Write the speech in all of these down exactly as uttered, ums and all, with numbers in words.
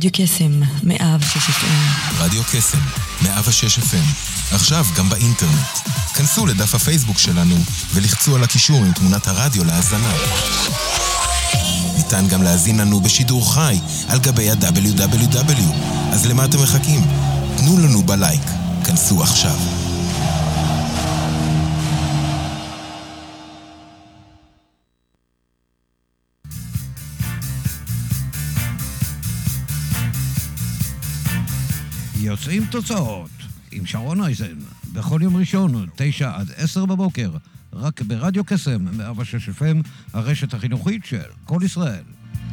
רדיו קסם, מאה ושש אף אם. רדיו קסם, מאה ושש אף אם. עכשיו גם באינטרנט. כנסו לדף הפייסבוק שלנו ולחצו על הקישור עם תמונת הרדיו להאזנה. ניתן גם להאזין לנו בשידור חי על גבי ה-דאבליו דאבליו דאבליו. אז למה אתם מחכים? תנו לנו בלייק. כנסו עכשיו. יוצאים תוצאות עם שרון אייזן בכל יום ראשון, תשע עד עשר בבוקר, רק ברדיו קסם, מאה ושש אף אם, הרשת החינוכית של כל ישראל.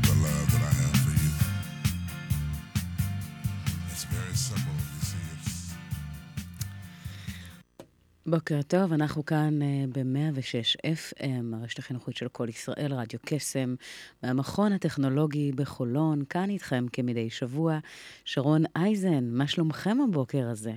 בוקר טוב, אנחנו כאן ב-מאה ושש אף אם, הרשת החינוכית של כל ישראל, רדיו קסם, מהמכון הטכנולוגי בחולון, כאן איתכם כמדי שבוע, שרון אייזן, מה שלומכם הבוקר הזה?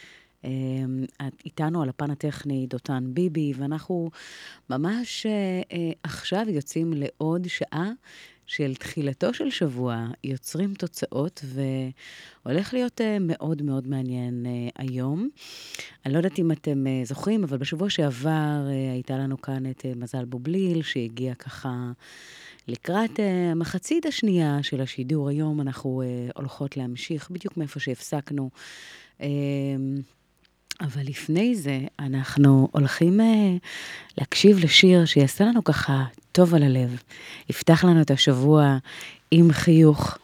איתנו על הפן הטכני דותן ביבי, ואנחנו ממש עכשיו יוצאים לעוד שעה של תחילתו של שבוע, יוצרים תוצאות, והולך להיות מאוד מאוד מעניין היום. אני לא יודעת אם אתם זוכרים, אבל בשבוע שעבר הייתה לנו כאן את מזל בובליל, שהגיע ככה לקראת המחצית השנייה של השידור. היום אנחנו הולכות להמשיך בדיוק מאיפה שהפסקנו. אבל לפני זה אנחנו הולכים להקשיב לשיר שיעשה לנו ככה טוב על הלב. יפתח לנו את השבוע עם חיוך.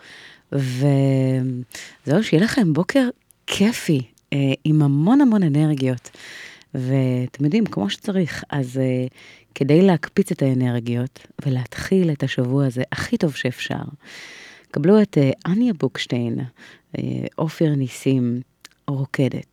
וזהו, שיהיה לכם בוקר כיפי, עם המון המון אנרגיות. ואתם יודעים, כמו שצריך, אז כדי להקפיץ את האנרגיות ולהתחיל את השבוע הזה הכי טוב שאפשר, קבלו את אניה בוקשטיין, אופיר ניסים, רוקדת.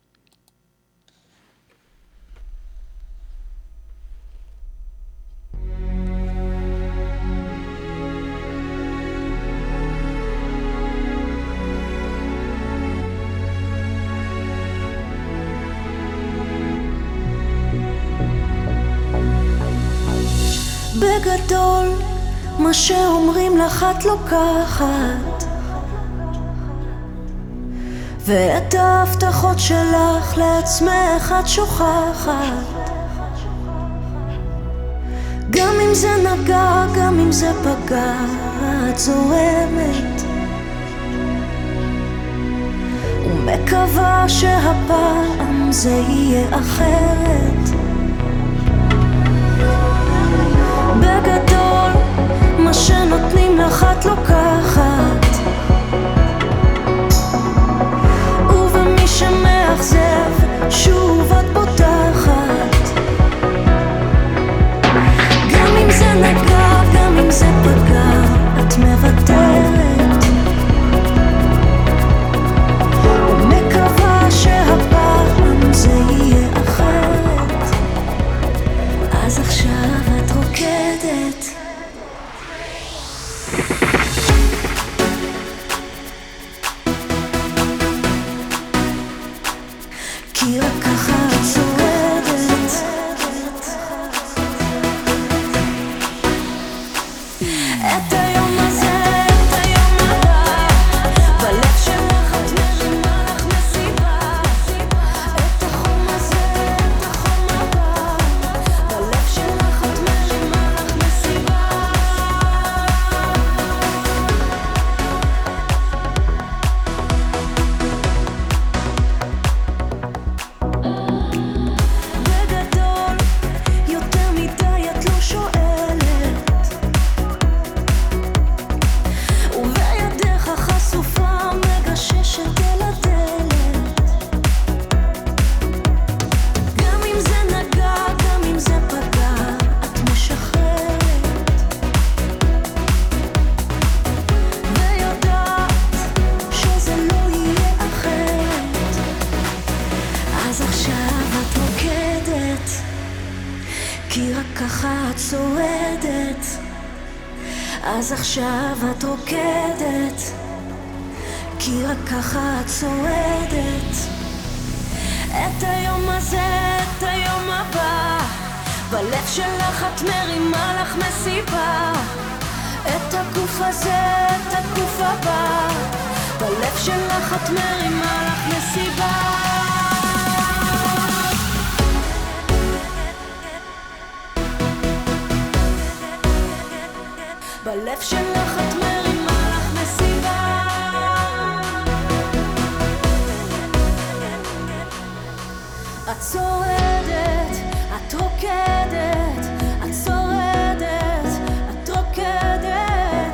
בגדול, מה שאומרים לך את לוקחת, ואת ההבטחות שלך לעצמך את שוכחת. גם אם זה נגע, גם אם זה פגע, את זורמת ומקווה שהפעם זה יהיה אחרת. בגדול, מה שנותנים לך את לוקחת, ובמי שמאכזב שוב את פותחת. גם אם זה נגע, גם אם זה פגע, את מוותרת ומקווה שהפעם זה יהיה אחרת. אז עכשיו את רוקדת, כי רק ככה את שורדת. את היום הזה, את היום הבא, בלב שלך את מרימה לך מסיבה. את החום הזה, את החום הבא, בלב שלך את מרימה לך מסיבה. בגדול, יותר מדי את לא שואלת, ובידך חשופה מגששת אל הדלת. גם אם זה נגע, גם אם זה פגע, את משחררת ויודעת שזה לא יהיה אחרת. אז עכשיו את רוקדת, כי רק ככה את שורדת. אז עכשיו את רוקדת, כי רק ככה את שורדת. את היום הזה, את היום הבא, בלב שלך את מרימה לך מסיבה. את הגוף הזה, את הגוף הבא, בלב שלך את מרימה לך מסיבה. בלב שלך את מרימה לך מסיבה. את שורדת, את רוקדת, את שורדת, את רוקדת.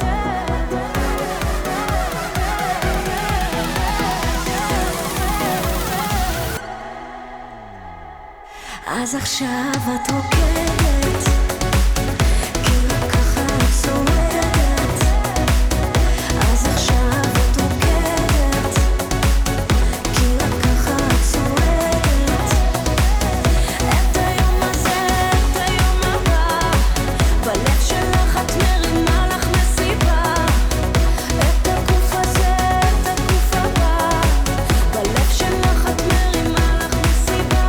אז עכשיו את רוקדת, כאילו ככה את שורדת. אז עכשיו את רוקדת, כאילו ככה את שורדת. את היום הזה, את היום הבא, בלב שלך את מרימה לך מסיבה. את הגוף הזה, את הגוף הבא, בלב שלך את מרימה לך מסיבה.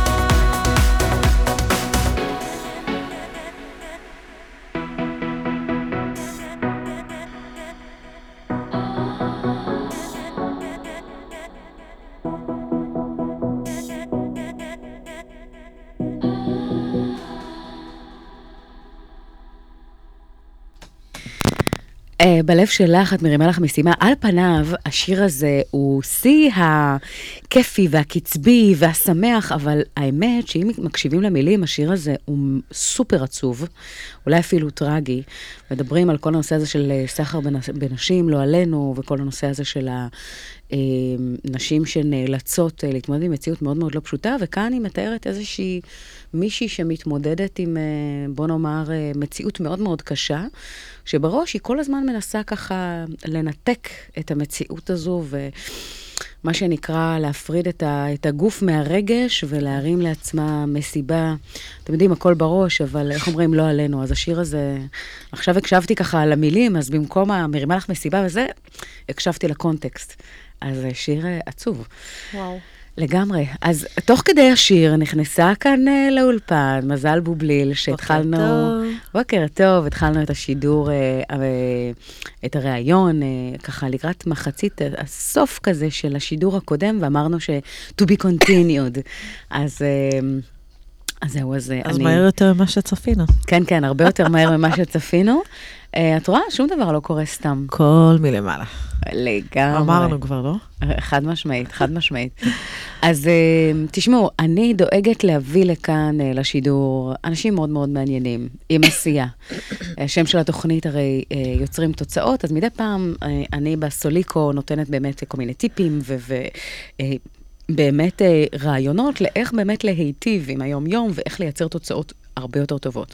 אה, בלב שלך את מרימה לך משימה. על פניו, השיר הזה הוא שיא הכיפי והקצבי והשמח, אבל האמת שאם מקשיבים למילים, השיר הזה הוא סופר עצוב, אולי אפילו טרגי. מדברים על כל הנושא הזה של אה, סחר בנ- בנשים, לא עלינו, וכל הנושא הזה של הנשים שנאלצות אה, להתמודד עם מציאות מאוד מאוד לא פשוטה, וכאן היא מתארת איזושהי מישהי שמתמודדת עם, אה, בוא נאמר, אה, מציאות מאוד מאוד קשה, שבראש היא כל הזמן מנסה ככה לנתק את המציאות הזו, ומה שנקרא להפריד את, ה, את הגוף מהרגש, ולהרים לעצמה מסיבה. אתם יודעים, הכל בראש, אבל איך אומרים, לא עלינו. אז השיר הזה, עכשיו הקשבתי ככה על המילים, אז במקום המרימה לך מסיבה וזה, הקשבתי לקונטקסט. אז שיר אה, עצוב. וואו. לגמרי. אז תוך כדי השיר נכנסה כאן uh, לאולפן, מזל בובליל, שהתחלנו... טוב. בוקר טוב, התחלנו את השידור, uh, uh, את הראיון, uh, ככה לקראת מחצית, uh, הסוף כזה של השידור הקודם, ואמרנו ש- to be continued. אז... Uh, אז זהו, אז, אז אני... מהר יותר ממה שצפינו. כן, כן, הרבה יותר מהר ממה שצפינו. Uh, את רואה? שום דבר לא קורה סתם. כל מלמעלה. לגמרי. אמרנו כבר, לא? חד משמעית, חד משמעית. אז uh, תשמעו, אני דואגת להביא לכאן uh, לשידור אנשים מאוד מאוד מעניינים, עם עשייה. השם של התוכנית הרי uh, יוצרים תוצאות, אז מדי פעם uh, אני בסוליקו נותנת באמת כל מיני טיפים ו... ו uh, באמת uh, רעיונות לאיך באמת להיטיב עם היום-יום ואיך לייצר תוצאות הרבה יותר טובות.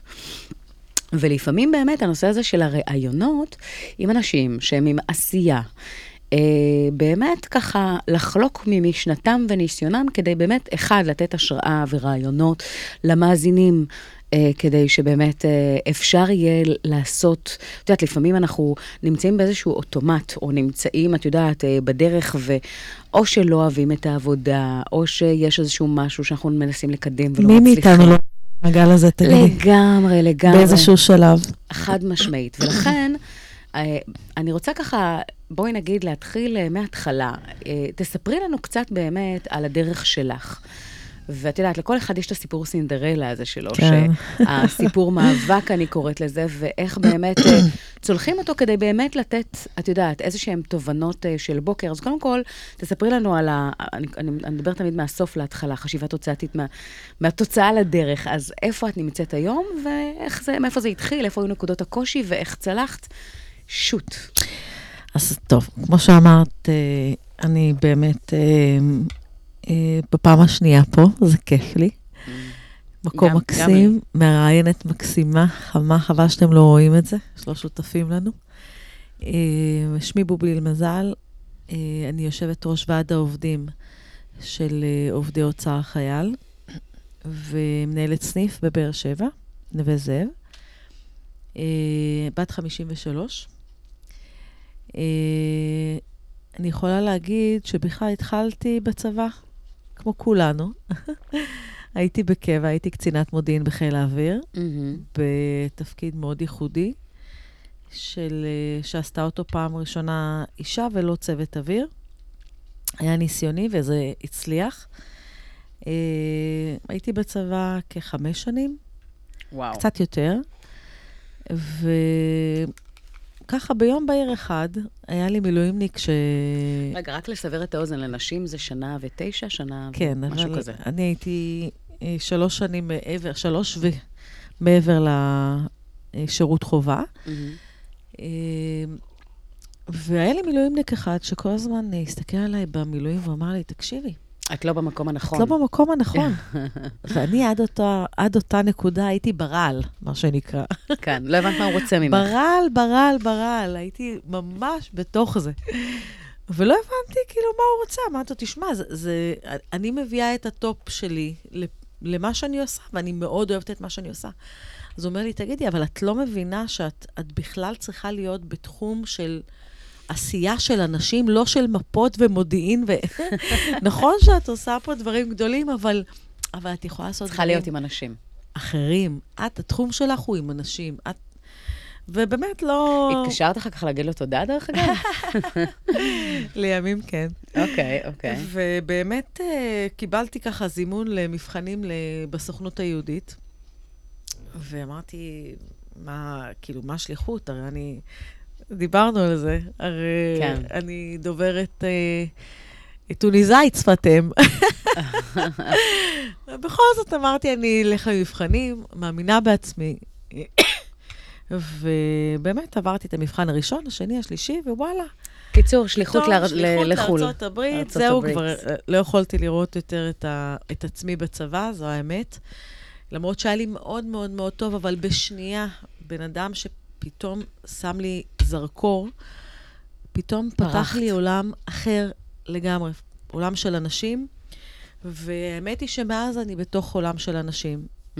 ולפעמים באמת הנושא הזה של הרעיונות עם אנשים שהם עם עשייה, אה, באמת ככה לחלוק ממשנתם וניסיונם, כדי באמת, אחד, לתת השראה ורעיונות למאזינים, אה, כדי שבאמת אה, אפשר יהיה לעשות, את יודעת, לפעמים אנחנו נמצאים באיזשהו אוטומט, או נמצאים, את יודעת, אה, בדרך, ואו שלא אוהבים את העבודה, או שיש איזשהו משהו שאנחנו מנסים לקדם ולא מי מצליחים. מאיתנו לא מעגל הזה, תגידי? לגמרי, לגמרי. באיזשהו שלב. חד משמעית. ולכן, אה, אני רוצה ככה, בואי נגיד, להתחיל אה, מההתחלה. אה, תספרי לנו קצת באמת על הדרך שלך. ואת יודעת, לכל אחד יש את הסיפור סינדרלה הזה שלו, כן. שהסיפור מאבק, אני קוראת לזה, ואיך באמת אה, צולחים אותו כדי באמת לתת, את יודעת, איזשהם תובנות אה, של בוקר. אז קודם כל, תספרי לנו על ה... אני, אני, אני מדבר תמיד מהסוף להתחלה, חשיבה תוצאתית, מה, מהתוצאה לדרך. אז איפה את נמצאת היום, ואיך זה, מאיפה זה התחיל, איפה היו נקודות הקושי, ואיך צלחת? שוט. אז טוב, כמו שאמרת, אה, אני באמת אה, אה, בפעם השנייה פה, זה כיף לי. מקום גם- מקסים, מראיינת מקסימה, חמה, חבל שאתם לא רואים את זה, שלא שותפים לנו. אה, שמי בובליל מזל, אה, אני יושבת ראש ועד העובדים של אה, עובדי אוצר חייל, ומנהלת סניף בבאר שבע, נווה זאב, אה, בת חמישים ושלוש. אה, אני יכולה להגיד שבכלל התחלתי בצבא, כמו כולנו. הייתי בקבע, הייתי קצינת מודיעין בחיל האוויר, מהמם. בתפקיד מאוד ייחודי. של, אה, שעשתה אותו פעם ראשונה אישה ולא צוות אוויר. היה ניסיוני וזה הצליח. אה, הייתי בצבא כחמש שנים, וואו. קצת יותר, וככה ביום בהיר אחד היה לי מילואימניק ש... רגע, רק לסבר את האוזן, לנשים זה שנה ותשע, שנה כן, משהו אבל כזה. אני הייתי אה, שלוש שנים מעבר, שלוש ומעבר לשירות חובה. מהמם. אה, והיה לי מילואימניק אחד שכל הזמן אה, הסתכל עליי במילואים ואמר לי, תקשיבי, את לא במקום הנכון. את לא במקום הנכון. ואני עד אותה, עד אותה נקודה הייתי ברעל, מה שנקרא. כן, לא הבנת מה הוא רוצה ממך. ברעל, ברעל, ברעל. הייתי ממש בתוך זה. ולא הבנתי כאילו מה הוא רוצה. אמרתי לו, תשמע, זה, זה, אני מביאה את הטופ שלי למה שאני עושה, ואני מאוד אוהבת את מה שאני עושה. אז הוא אומר לי, תגידי, אבל את לא מבינה שאת את בכלל צריכה להיות בתחום של עשייה של אנשים, לא של מפות ומודיעין. ו... נכון שאת עושה פה דברים גדולים, אבל, אבל את יכולה לעשות צריכה להיות עם אנשים. אחרים. את, התחום שלך הוא עם אנשים. את... ובאמת לא... התקשרת אחר כך להגיד לו תודה דרך אגב? לימים כן. אוקיי, אוקיי. ובאמת אה, קיבלתי ככה זימון למבחנים בסוכנות היהודית, ואמרתי, מה, כאילו, מה השליחות? הרי אני... דיברנו על זה, הרי כן. אני דוברת אה, טוניסאית שפתם. בכל זאת אמרתי, אני אלך למבחנים, מאמינה בעצמי. ובאמת עברתי את המבחן הראשון, השני, השלישי, ווואלה. קיצור, שליחות טוב, ל- שליחות ל- לחול. לארצות הברית, ארצות זהו, הברית. כבר לא יכולתי לראות יותר את, ה, את עצמי בצבא, זו האמת. למרות שהיה לי מאוד מאוד מאוד טוב, אבל בשנייה, בן אדם שפתאום שם לי זרקור, פתאום פתח פרחת. לי עולם אחר לגמרי, עולם של אנשים, והאמת היא שמאז אני בתוך עולם של אנשים. Mm. אה,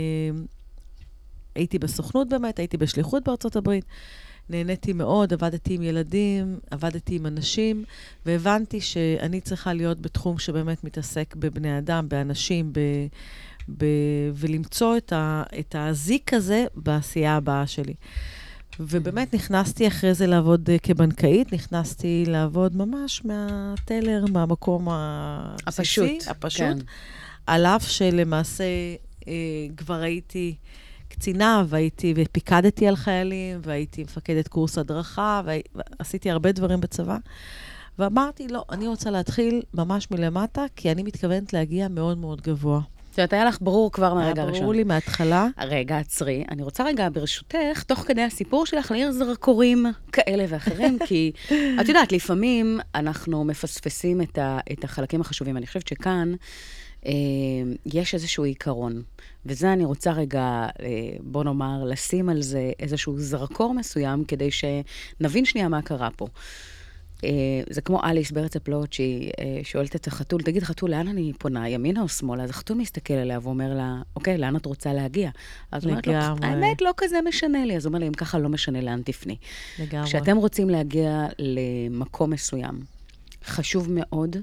הייתי בסוכנות באמת, הייתי בשליחות בארצות הברית, נהניתי מאוד, עבדתי עם ילדים, עבדתי עם אנשים, והבנתי שאני צריכה להיות בתחום שבאמת מתעסק בבני אדם, באנשים, ב, ב, ולמצוא את, ה, את הזיק הזה בעשייה הבאה שלי. ובאמת נכנסתי אחרי זה לעבוד uh, כבנקאית, נכנסתי לעבוד ממש מהטלר, מהמקום הבסיסי, הפשוט, הפשוט, כן. על אף שלמעשה uh, כבר הייתי קצינה, והייתי, ופיקדתי על חיילים, והייתי מפקדת קורס הדרכה, ועשיתי הרבה דברים בצבא. ואמרתי, לא, אני רוצה להתחיל ממש מלמטה, כי אני מתכוונת להגיע מאוד מאוד גבוה. זאת אומרת, היה לך ברור כבר מהרגע הראשון. היה ברור לי מההתחלה. רגע, עצרי. אני רוצה רגע, ברשותך, תוך כדי הסיפור שלך, להעיר זרקורים כאלה ואחרים, כי את יודעת, לפעמים אנחנו מפספסים את, ה, את החלקים החשובים. אני חושבת שכאן אה, יש איזשהו עיקרון, וזה אני רוצה רגע, אה, בוא נאמר, לשים על זה איזשהו זרקור מסוים, כדי שנבין שנייה מה קרה פה. Uh, זה כמו אליס בארץ הפלאות, שהיא uh, שואלת את החתול, תגיד, חתול, לאן אני פונה, ימינה או שמאלה? אז החתול מסתכל עליה ואומר לה, אוקיי, לאן את רוצה להגיע? אז הוא אומרת לו, האמת, לא כזה משנה לי. אז הוא אומר לי, אם ככה לא משנה לאן תפני. לגמרי. כשאתם רוצים להגיע למקום מסוים, חשוב מאוד,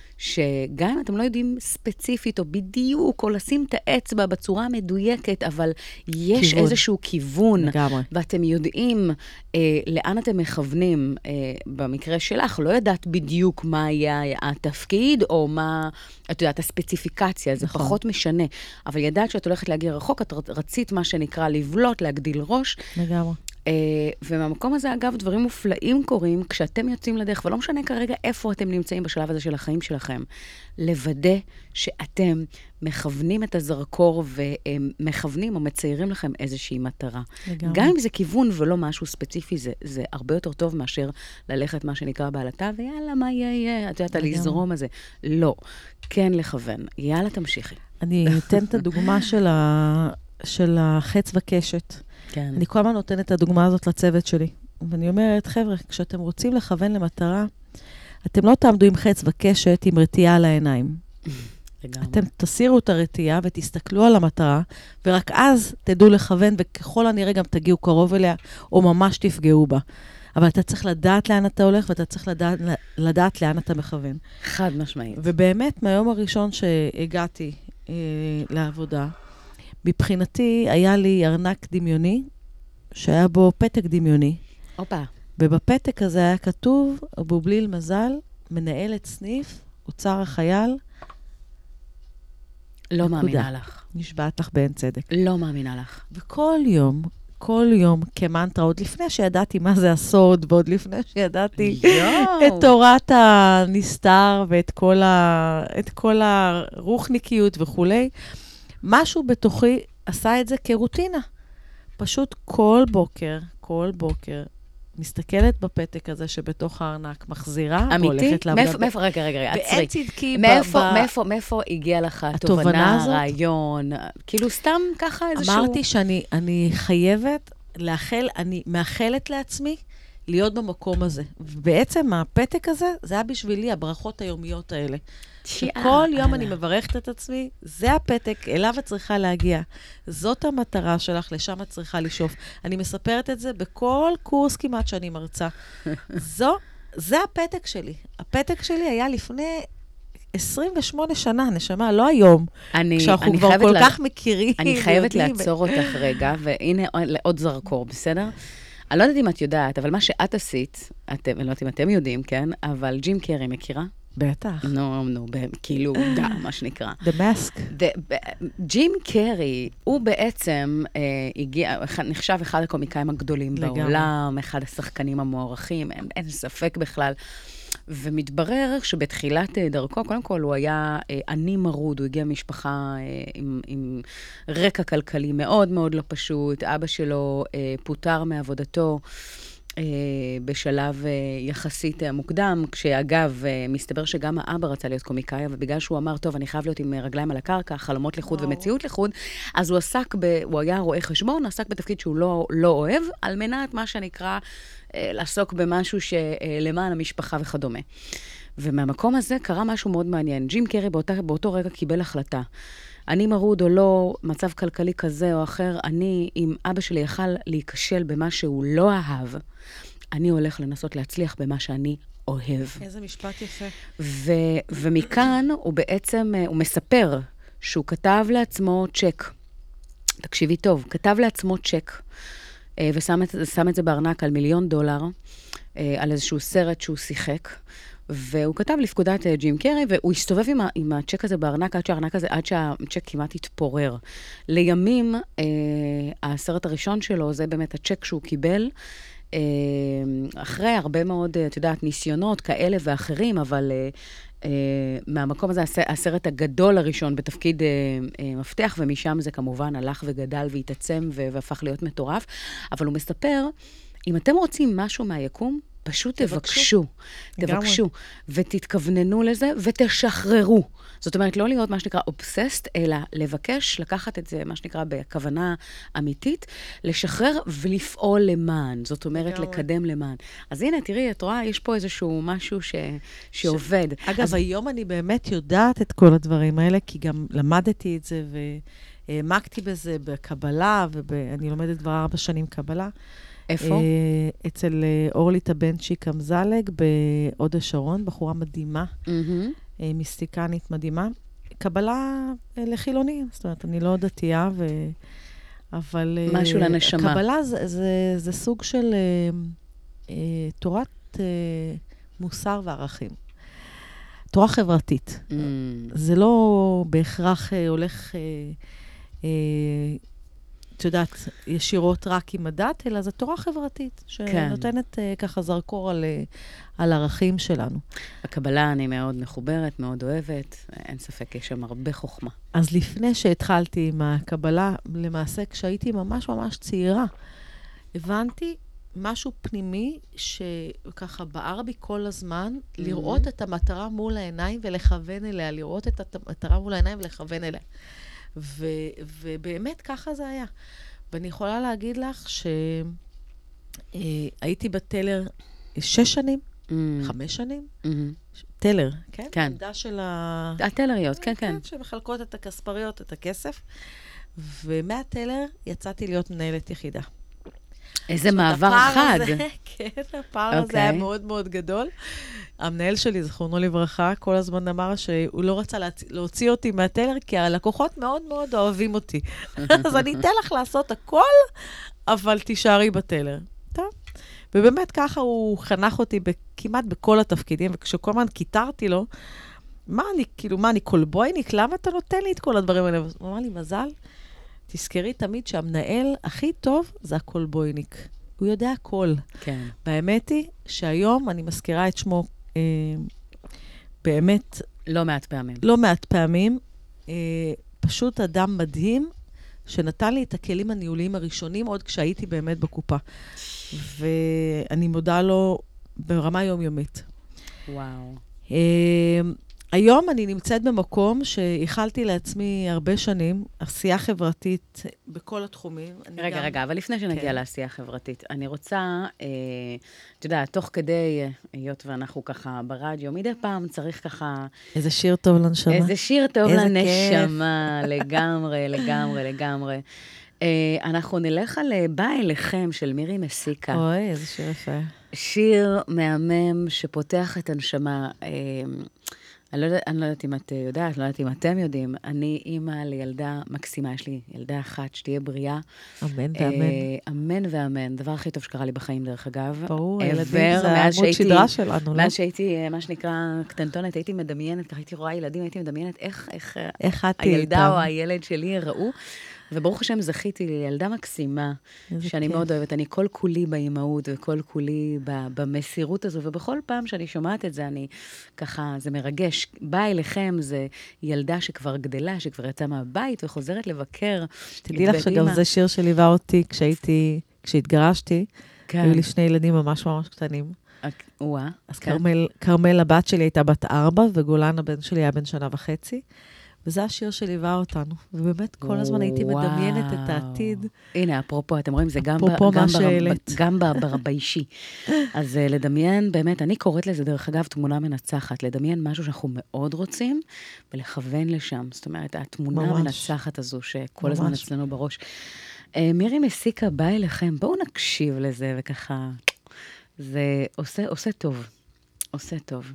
שגם אם אתם לא יודעים ספציפית או בדיוק, או לשים את האצבע בצורה המדויקת, אבל יש כיוון. איזשהו כיוון, לגמרי. ואתם יודעים אה, לאן אתם מכוונים, אה, במקרה שלך, לא יודעת בדיוק מה היה התפקיד, או מה, את יודעת, הספציפיקציה, זה נכון. פחות משנה. אבל ידעת שאת הולכת להגיע רחוק, את רצית מה שנקרא לבלוט, להגדיל ראש, לגמרי. Uh, ומהמקום הזה, אגב, דברים מופלאים קורים כשאתם יוצאים לדרך, ולא משנה כרגע איפה אתם נמצאים בשלב הזה של החיים שלכם, לוודא שאתם מכוונים את הזרקור ומכוונים או מציירים לכם איזושהי מטרה. לגמרי. גם אם זה כיוון ולא משהו ספציפי, זה, זה הרבה יותר טוב מאשר ללכת מה שנקרא בעלתה, ויאללה, מה יהיה, יהיה, את יודעת, לזרום הזה. לא, כן לכוון. יאללה, תמשיכי. אני אתן את הדוגמה של, ה... של החץ וקשת. כן. אני כל הזמן נותנת את הדוגמה הזאת לצוות שלי. ואני אומרת, חבר'ה, כשאתם רוצים לכוון למטרה, אתם לא תעמדו עם חץ וקשת עם רתיעה על העיניים. לגמרי. אתם תסירו את הרתיעה ותסתכלו על המטרה, ורק אז תדעו לכוון, וככל הנראה גם תגיעו קרוב אליה, או ממש תפגעו בה. אבל אתה צריך לדעת לאן אתה הולך, ואתה צריך לדעת, לדעת לאן אתה מכוון. חד משמעית. ובאמת, מהיום הראשון שהגעתי אה, לעבודה, מבחינתי היה לי ארנק דמיוני, שהיה בו פתק דמיוני, הופה. ובפתק הזה היה כתוב, בובליל מזל, מנהלת סניף, אוצר החייל. לא נקודה. מאמינה לך. נשבעת לך באין צדק. לא מאמינה לך. וכל יום, כל יום כמנטרה, עוד לפני שידעתי מה זה הסוד, ועוד לפני שידעתי יואו. את תורת הנסתר, ואת כל, ה... את כל הרוחניקיות וכולי, משהו בתוכי עשה את זה כרוטינה. פשוט כל בוקר, כל בוקר, מסתכלת בפתק הזה שבתוך הארנק, מחזירה, אמיתי? והולכת לעבודה. מאיפה, מאיפה, רגע, רגע, רגע, עצרי. ואין צדקי מאיפה, ב... מאיפה, מאיפה הגיע לך התובנה התובנה, הזאת? רעיון, כאילו סתם ככה איזשהו... אמרתי שאני אני חייבת לאחל, אני מאחלת לעצמי להיות במקום הזה. ובעצם הפתק הזה, זה היה בשבילי הברכות היומיות האלה. שכל יום אני מברכת את עצמי, זה הפתק, אליו את צריכה להגיע. זאת המטרה שלך, לשם את צריכה לשאוף. אני מספרת את זה בכל קורס כמעט שאני מרצה. זו, זה הפתק שלי. הפתק שלי היה לפני עשרים ושמונה שנה, נשמה, לא היום. אני, כשאנחנו אני כבר כל לה... כך מכירים. אני חייבת ויודעים. לעצור אותך רגע, והנה עוד זרקור, בסדר? אני לא יודעת אם את יודעת, אבל מה שאת עשית, אתם, אני לא יודעת אם אתם יודעים, כן? אבל ג'ים קרי מכירה? בטח. נו, נו, כאילו, דה, מה שנקרא. The Mask. ג'ים קרי, הוא בעצם אה, הגיע, נחשב אחד הקומיקאים הגדולים לגמרי. בעולם, אחד השחקנים המוערכים, אין, אין ספק בכלל. ומתברר שבתחילת דרכו, קודם כל הוא היה אה, עני מרוד, הוא הגיע ממשפחה אה, עם, עם רקע כלכלי מאוד מאוד לא פשוט, אבא שלו אה, פוטר מעבודתו, Uh, בשלב uh, יחסית uh, מוקדם, כשאגב, uh, מסתבר שגם האבא רצה להיות קומיקאי, ובגלל שהוא אמר, טוב, אני חייב להיות עם רגליים על הקרקע, חלומות לחוד wow. ומציאות לחוד, אז הוא עסק, ב, הוא היה רואה חשבון, עסק בתפקיד שהוא לא, לא אוהב, על מנת מה שנקרא, uh, לעסוק במשהו שלמען uh, המשפחה וכדומה. ומהמקום הזה קרה משהו מאוד מעניין. ג'ים קרי באותה, באותו רגע קיבל החלטה. אני מרוד או לא, מצב כלכלי כזה או אחר, אני, אם אבא שלי יכל להיכשל במה שהוא לא אהב, אני הולך לנסות להצליח במה שאני אוהב. איזה משפט יפה. ו- ומכאן הוא בעצם, הוא מספר שהוא כתב לעצמו צ'ק. תקשיבי טוב, כתב לעצמו צ'ק, ושם את, שם את זה בארנק על מיליון דולר, על איזשהו סרט שהוא שיחק, והוא כתב לפקודת ג'ים קרי, והוא הסתובב עם, ה- עם הצ'ק הזה בארנק, עד שהארנק הזה, עד שהצ'ק כמעט התפורר. לימים, אה, הסרט הראשון שלו, זה באמת הצ'ק שהוא קיבל, אה, אחרי הרבה מאוד, את יודעת, ניסיונות כאלה ואחרים, אבל אה, אה, מהמקום הזה, הסרט הגדול הראשון בתפקיד אה, אה, מפתח, ומשם זה כמובן הלך וגדל והתעצם והפך להיות מטורף. אבל הוא מספר, אם אתם רוצים משהו מהיקום, פשוט תבקשו, תבקשו, ותתכווננו לזה, ותשחררו. זאת אומרת, לא להיות מה שנקרא אובססט, אלא לבקש, לקחת את זה, מה שנקרא, בכוונה אמיתית, לשחרר ולפעול למען. זאת אומרת, לקדם למען. אז הנה, תראי, את רואה, יש פה איזשהו משהו ש... שעובד. אגב, אז... היום אני באמת יודעת את כל הדברים האלה, כי גם למדתי את זה, והעמקתי בזה בקבלה, ואני לומדת כבר ארבע שנים קבלה. איפה? Uh, אצל uh, אורלית הבנצ'יק המזלג, בהוד השרון, בחורה מדהימה, mm-hmm. uh, מיסטיקנית מדהימה. קבלה uh, לחילונים, זאת אומרת, אני לא דתייה, ו... אבל... Uh, משהו לנשמה. קבלה זה, זה, זה סוג של uh, uh, תורת uh, מוסר וערכים. תורה חברתית. Mm. זה לא בהכרח uh, הולך... Uh, uh, את יודעת, ישירות רק עם הדת, אלא זו תורה חברתית, שנותנת כן. ככה זרקור על, על ערכים שלנו. הקבלה אני מאוד מחוברת, מאוד אוהבת, אין ספק, יש שם הרבה חוכמה. אז לפני שהתחלתי עם הקבלה, למעשה כשהייתי ממש ממש צעירה, הבנתי משהו פנימי שככה בער בי כל הזמן, mm-hmm. לראות את המטרה מול העיניים ולכוון אליה, לראות את המטרה מול העיניים ולכוון אליה. ו, ובאמת ככה זה היה. ואני יכולה להגיד לך שהייתי בטלר שש שנים, mm. חמש שנים, mm-hmm. טלר, כן? כן. עמדה של ה... הטלריות, כן, כן. שמחלקות את הכספריות, את הכסף. ומהטלר יצאתי להיות מנהלת יחידה. איזה מעבר חד. הזה, כן, הפער okay. הזה היה מאוד מאוד גדול. המנהל שלי, זכרונו לברכה, כל הזמן אמר שהוא לא רצה להוציא אותי מהטלר, כי הלקוחות מאוד מאוד אוהבים אותי. אז אני אתן לך לעשות הכל, אבל תישארי בטלר. טוב. ובאמת ככה הוא חנך אותי כמעט בכל התפקידים, וכשכל הזמן קיטרתי לו, מה אני, כאילו, מה אני קולבויניק? למה אתה נותן לי את כל הדברים האלה? הוא אמר לי, מזל, תזכרי תמיד שהמנהל הכי טוב זה הקולבויניק. הוא יודע הכל. כן. והאמת היא שהיום אני מזכירה את שמו אה, באמת... לא מעט פעמים. לא מעט פעמים. אה, פשוט אדם מדהים, שנתן לי את הכלים הניהוליים הראשונים, עוד כשהייתי באמת בקופה. ואני מודה לו ברמה יומיומית. וואו. Uh, היום אני נמצאת במקום שהכלתי לעצמי הרבה שנים, עשייה חברתית בכל התחומים. רגע, גם... רגע, אבל לפני שנגיע כן. לעשייה חברתית, אני רוצה, אה, אתה יודע, תוך כדי, היות ואנחנו ככה ברדיו, מדי פעם צריך ככה... איזה שיר טוב לנשמה. איזה שיר טוב איזה לנשמה, כיף. לגמרי, לגמרי, לגמרי. אה, אנחנו נלך על בא אליכם של מירי מסיקה. אוי, איזה שיר יפה. שיר מהמם שפותח את הנשמה. אה, אני לא, אני לא יודעת אם את יודעת, לא יודעת אם אתם יודעים, אני אימא לילדה מקסימה, יש לי ילדה אחת שתהיה בריאה. אמן ואמן. אמן ואמן, דבר הכי טוב שקרה לי בחיים דרך אגב. ברור, ילדים זה העמוד שדרה שלנו, לא? מאז שהייתי, מה שנקרא, קטנטונת, הייתי מדמיינת, ככה הייתי רואה ילדים, הייתי מדמיינת איך, איך, איך הילדה או הילד שלי יראו. וברוך השם זכיתי לי ילדה מקסימה, שאני כיף. מאוד אוהבת. אני כל כולי באימהות וכל כולי במסירות הזו, ובכל פעם שאני שומעת את זה, אני ככה, זה מרגש. באה אליכם, זה ילדה שכבר גדלה, שכבר יצאה מהבית וחוזרת לבקר. תדעי לך שגם זה שיר שליווה אותי כשהייתי, כשהתגרשתי, כן. היו לי שני ילדים ממש ממש קטנים. וואה. אז כרמל, כרמל הבת שלי הייתה בת ארבע, וגולן הבן שלי היה בן שנה וחצי. וזה השיר שליווה אותנו, ובאמת כל הזמן הייתי מדמיינת את העתיד. הנה, אפרופו, אתם רואים, זה גם, אפרופו גם, בר, גם באישי. אז לדמיין, באמת, אני קוראת לזה, דרך אגב, תמונה מנצחת, לדמיין משהו שאנחנו מאוד רוצים, ולכוון לשם. זאת אומרת, התמונה ממש. המנצחת הזו, שכל ממש. הזמן אצלנו בראש. מירי מסיקה באה אליכם, בואו נקשיב לזה, וככה, זה עושה, עושה טוב. עושה טוב.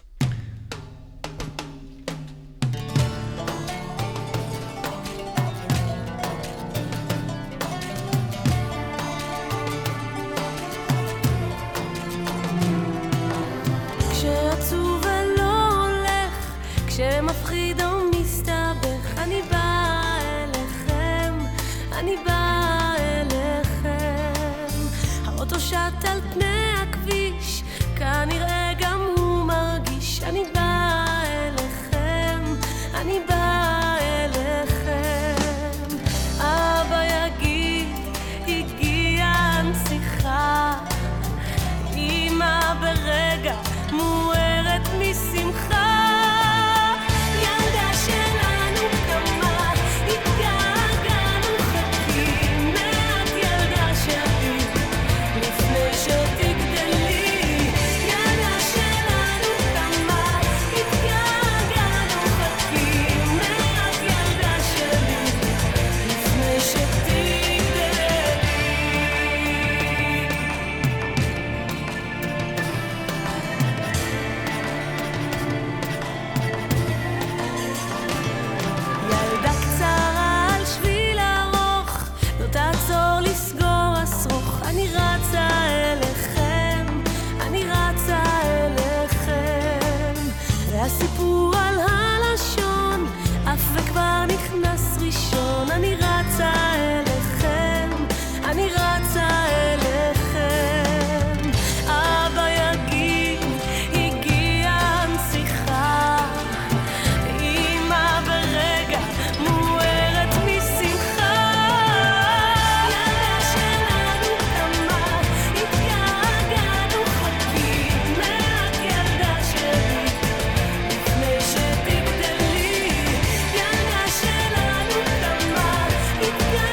שמפחיד או מסתבך, אני באה אליכם, אני באה אליכם. האוטו שט על פני הכביש, כנראה גם הוא מרגיש, אני באה אליכם, אני באה אליכם. אבא יגיד, הגיעה הנסיכה, אמא ברגע מוארת משמחה. אני רצה אליכם, אני רצה אליכם. אבא יגיד, הגיעה הנסיכה, אמא ברגע מוארת משמחה. ילדה שלנו קמה, התגעגענו, חכים מעט ילדה שלי, לפני שתגדלי. ילדה שלנו קמה, התגעגענו,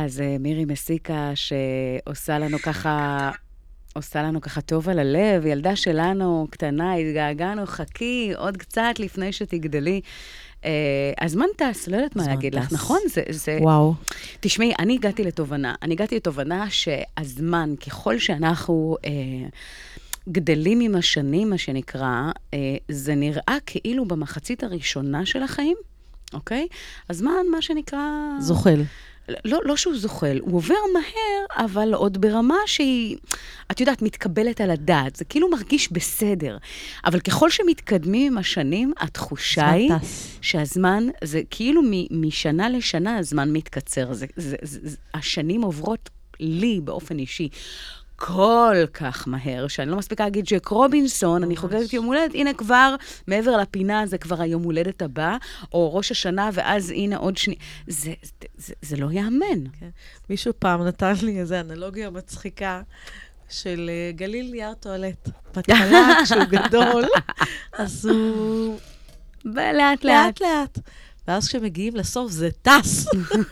אז uh, מירי מסיקה, שעושה לנו ככה, עושה לנו ככה טוב על הלב, ילדה שלנו, קטנה, התגעגענו, חכי עוד קצת לפני שתגדלי. Uh, הזמן טס, לא יודעת מה להגיד לך, נכון? זה, זה... וואו. תשמעי, אני הגעתי לתובנה, אני הגעתי לתובנה שהזמן, ככל שאנחנו uh, גדלים עם השנים, מה שנקרא, uh, זה נראה כאילו במחצית הראשונה של החיים, אוקיי? הזמן, מה שנקרא... זוחל. לא, לא שהוא זוחל, הוא עובר מהר, אבל עוד ברמה שהיא, את יודעת, מתקבלת על הדעת. זה כאילו מרגיש בסדר. אבל ככל שמתקדמים עם השנים, התחושה היא שהזמן, זה כאילו מ- משנה לשנה הזמן מתקצר. זה, זה, זה, זה, השנים עוברות לי באופן אישי. כל כך מהר, שאני לא מספיקה להגיד ג'ק רובינסון, אני חוגגת יום הולדת, הנה כבר, מעבר לפינה, זה כבר היום הולדת הבא, או ראש השנה, ואז הנה עוד שני... זה, זה, זה, זה לא יאמן. כן. מישהו פעם נתן לי איזו אנלוגיה מצחיקה, של uh, גליל נייר טואלט. בהתחלה, כשהוא גדול, אז הוא... לאט לאט. לאט לאט. ואז כשמגיעים לסוף זה טס.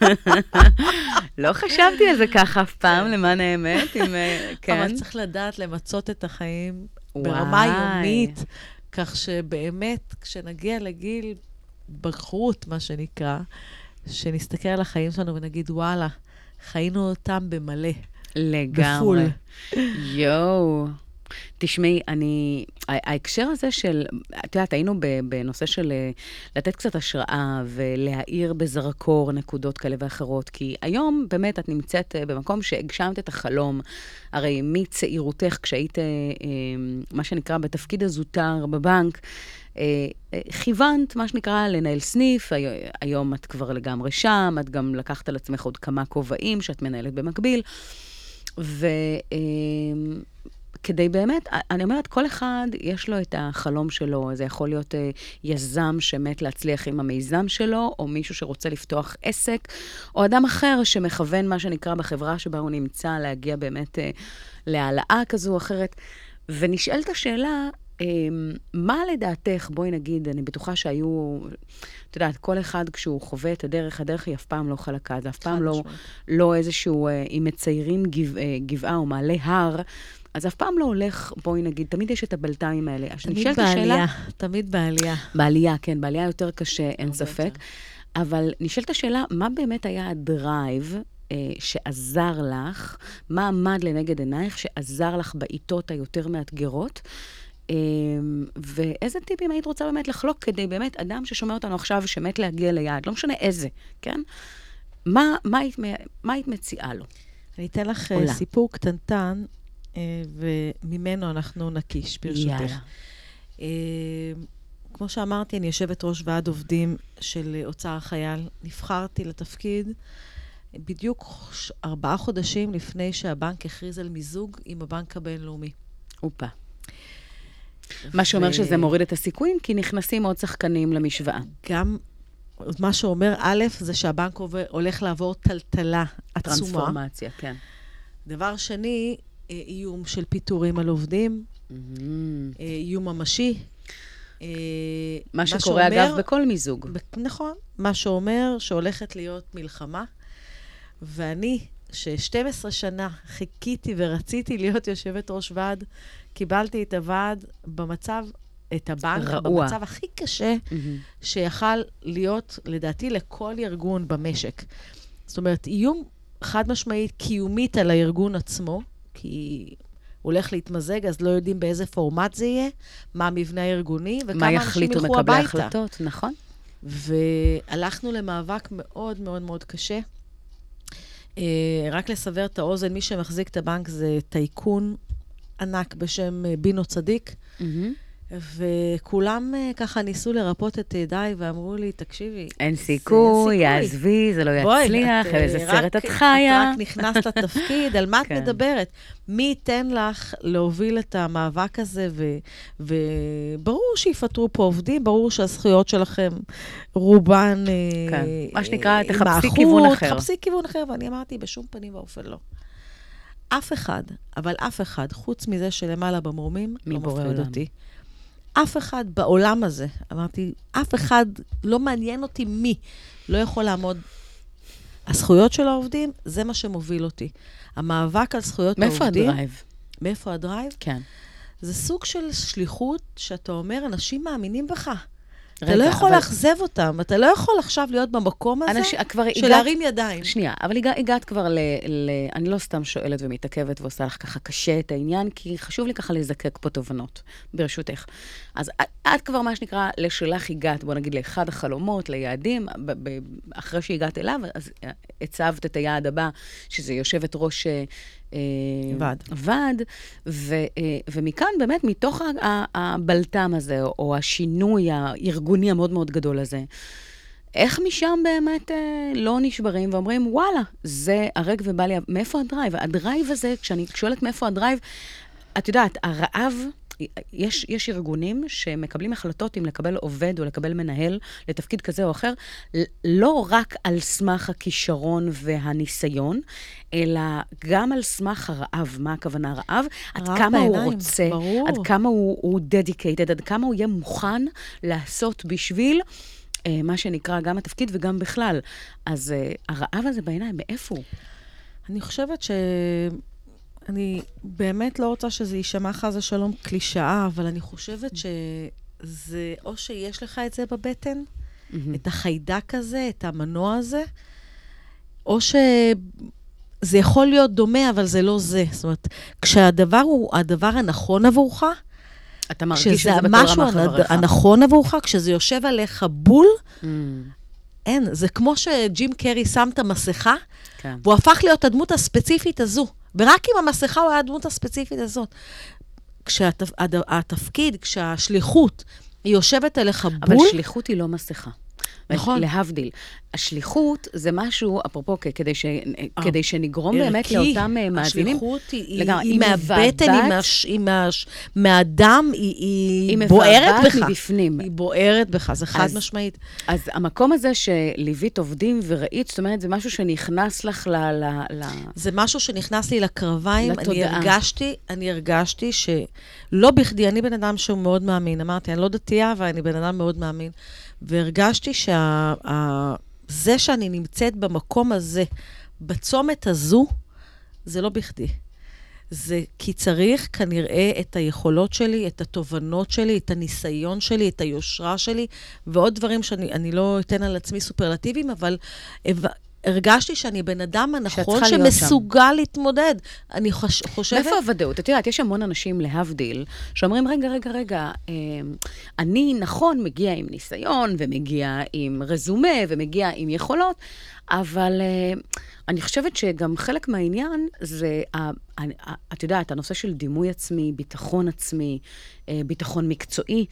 לא חשבתי על זה ככה אף פעם, למען האמת, כן. אבל צריך לדעת למצות את החיים ברמה יומית, כך שבאמת, כשנגיע לגיל בחרות, מה שנקרא, שנסתכל על החיים שלנו ונגיד, וואלה, חיינו אותם במלא. לגמרי. יואו. תשמעי, אני, ההקשר הזה של, את יודעת, היינו בנושא של לתת קצת השראה ולהאיר בזרקור נקודות כאלה ואחרות, כי היום באמת את נמצאת במקום שהגשמת את החלום, הרי מצעירותך כשהיית, מה שנקרא, בתפקיד הזוטר בבנק, כיוונת, מה שנקרא, לנהל סניף, היום את כבר לגמרי שם, את גם לקחת על עצמך עוד כמה כובעים שאת מנהלת במקביל, ו... כדי באמת, אני אומרת, כל אחד יש לו את החלום שלו, זה יכול להיות אה, יזם שמת להצליח עם המיזם שלו, או מישהו שרוצה לפתוח עסק, או אדם אחר שמכוון מה שנקרא בחברה שבה הוא נמצא, להגיע באמת אה, להעלאה כזו או אחרת. ונשאלת השאלה, אה, מה לדעתך, בואי נגיד, אני בטוחה שהיו, את יודעת, כל אחד כשהוא חווה את הדרך, הדרך היא אף פעם לא חלקה, זה אף פעם לא, לא איזשהו, אה, אם מציירים גבע, אה, גבעה או מעלה הר, אז אף פעם לא הולך, בואי נגיד, תמיד יש את הבלתיים האלה. תמיד בעלייה, תמיד בעלייה. בעלייה, כן, בעלייה יותר קשה, אין ספק. אבל נשאלת השאלה, מה באמת היה הדרייב אה, שעזר לך, מה עמד לנגד עינייך שעזר לך בעיתות היותר מאתגרות, אה, ואיזה טיפים היית רוצה באמת לחלוק כדי באמת אדם ששומע אותנו עכשיו שמת להגיע ליעד, לא משנה איזה, כן? מה, מה, היית, מה היית מציעה לו? אני אתן לך עולה. סיפור קטנטן, וממנו אנחנו נקיש, ברשותך. כמו שאמרתי, אני יושבת ראש ועד עובדים של אוצר החייל. נבחרתי לתפקיד בדיוק ארבעה חודשים לפני שהבנק הכריז על מיזוג עם הבנק הבינלאומי. אופה. מה שאומר שזה מוריד את הסיכויים, כי נכנסים עוד שחקנים למשוואה. גם מה שאומר, א', זה שהבנק הולך לעבור טלטלה עצומה. טרנספורמציה, כן. דבר שני, איום של פיטורים על עובדים, איום ממשי. מה שקורה אגב בכל מיזוג. נכון, מה שאומר שהולכת להיות מלחמה, ואני, ש-שתים עשרה שנה חיכיתי ורציתי להיות יושבת ראש ועד, קיבלתי את הוועד במצב, את הבנק, רעוע. במצב הכי קשה, שיכל להיות, לדעתי, לכל ארגון במשק. זאת אומרת, איום חד משמעית קיומית על הארגון עצמו, כי הוא הולך להתמזג, אז לא יודעים באיזה פורמט זה יהיה, מה המבנה הארגוני, וכמה אנשים ילכו הביתה. מקבלי החלטות, נכון. והלכנו למאבק מאוד מאוד מאוד קשה. רק לסבר את האוזן, מי שמחזיק את הבנק זה טייקון ענק בשם בינו צדיק, וכולם ככה ניסו לרפות את ידיי, ואמרו לי, תקשיבי, אין סיכוי, יעזבי, זה לא יצליח, איזה סרט את חיה. את רק נכנסת לתפקיד, על מה את מדברת? מי ייתן לך להוביל את המאבק הזה, וברור שיפטרו פה עובדים, ברור שהזכויות שלכם רובן כן, מה שנקרא, תחפשי כיוון אחר. תחפשי כיוון אחר, ואני אמרתי, בשום פנים ואופן לא. אף אחד, אבל אף אחד, חוץ מזה שלמעלה במרומים, לא מפחיד אותי. אף אחד בעולם הזה, אמרתי, אף אחד, לא מעניין אותי מי, לא יכול לעמוד הזכויות של העובדים, זה מה שמוביל אותי. המאבק על זכויות מאיפה העובדים... מאיפה הדרייב? מאיפה הדרייב? כן. זה סוג של שליחות שאתה אומר, אנשים מאמינים בך. רגע, אתה לא יכול אבל... לאכזב אותם, אתה לא יכול עכשיו להיות במקום הזה אנש... כבר של הגעת... להרים ידיים. שנייה, אבל הגע... הגעת כבר ל... ל... אני לא סתם שואלת ומתעכבת ועושה לך ככה קשה את העניין, כי חשוב לי ככה לזקק פה תובנות, ברשותך. אז את כבר מה שנקרא, לשלך הגעת, בוא נגיד, לאחד החלומות, ליעדים, ב... ב... אחרי שהגעת אליו, אז הצבת את היעד הבא, שזה יושבת ראש... ועד. ועד, ו, ומכאן באמת, מתוך הבלטם הזה, או השינוי הארגוני המאוד מאוד גדול הזה, איך משם באמת לא נשברים ואומרים, וואלה, זה הרג ובא לי, מאיפה הדרייב? הדרייב הזה, כשאני שואלת מאיפה הדרייב, את יודעת, הרעב, יש, יש ארגונים שמקבלים החלטות אם לקבל עובד או לקבל מנהל לתפקיד כזה או אחר, לא רק על סמך הכישרון והניסיון, אלא גם על סמך הרעב. מה הכוונה רעב? עד כמה הוא רוצה, ברור. עד כמה הוא, הוא dedicated, עד כמה הוא יהיה מוכן לעשות בשביל אה, מה שנקרא גם התפקיד וגם בכלל. אז אה, הרעב הזה בעיניים, מאיפה הוא? אני חושבת ש... אני באמת לא רוצה שזה יישמע חס ושלום קלישאה, אבל אני חושבת שזה, או שיש לך את זה בבטן, mm-hmm. את החיידק הזה, את המנוע הזה, או שזה יכול להיות דומה, אבל זה לא זה. זאת אומרת, כשהדבר הוא הדבר הנכון עבורך, אתה מרגיש שזה בכל רמ"ח משהו חבריך. הנכון עבורך, כשזה יושב עליך בול, mm. אין. זה כמו שג'ים קרי שם את המסכה, כן. והוא הפך להיות הדמות הספציפית הזו. ורק עם המסכה הוא היה הדמות הספציפית הזאת. כשהתפקיד, כשהשליחות היא יושבת עליך בול... אבל שליחות היא לא מסכה. נכון. להבדיל. השליחות זה משהו, אפרופו, כדי, ש, כדי שנגרום באמת לאותם מאזינים. השליחות היא, לגמרי, היא מהבטן, היא, מהש, היא מהש, מהדם, היא, היא, היא בוערת בך. מבפנים. היא בוערת בך, זה חד אז, משמעית. אז המקום הזה שליווית עובדים וראית, זאת אומרת, זה משהו שנכנס לך ל... ל, ל... זה משהו שנכנס לי לקרביים. לתודעה. אני הרגשתי, אני הרגשתי שלא בכדי, אני בן אדם שהוא מאוד מאמין. אמרתי, אני לא דתייה, אבל אני בן אדם מאוד מאמין. והרגשתי שה... זה שאני נמצאת במקום הזה, בצומת הזו, זה לא בכדי. זה כי צריך כנראה את היכולות שלי, את התובנות שלי, את הניסיון שלי, את היושרה שלי, ועוד דברים שאני אני לא אתן על עצמי סופרלטיביים, אבל הרגשתי שאני בן אדם הנכון שמסוגל להתמודד. אני חוש, חושבת... מאיפה הוודאות? את יודעת, יש המון אנשים להבדיל, שאומרים, רגע, רגע, רגע, אני נכון מגיע עם ניסיון, ומגיע עם רזומה, ומגיע עם יכולות, אבל אני חושבת שגם חלק מהעניין זה, את יודעת, הנושא של דימוי עצמי, ביטחון עצמי, ביטחון מקצועי,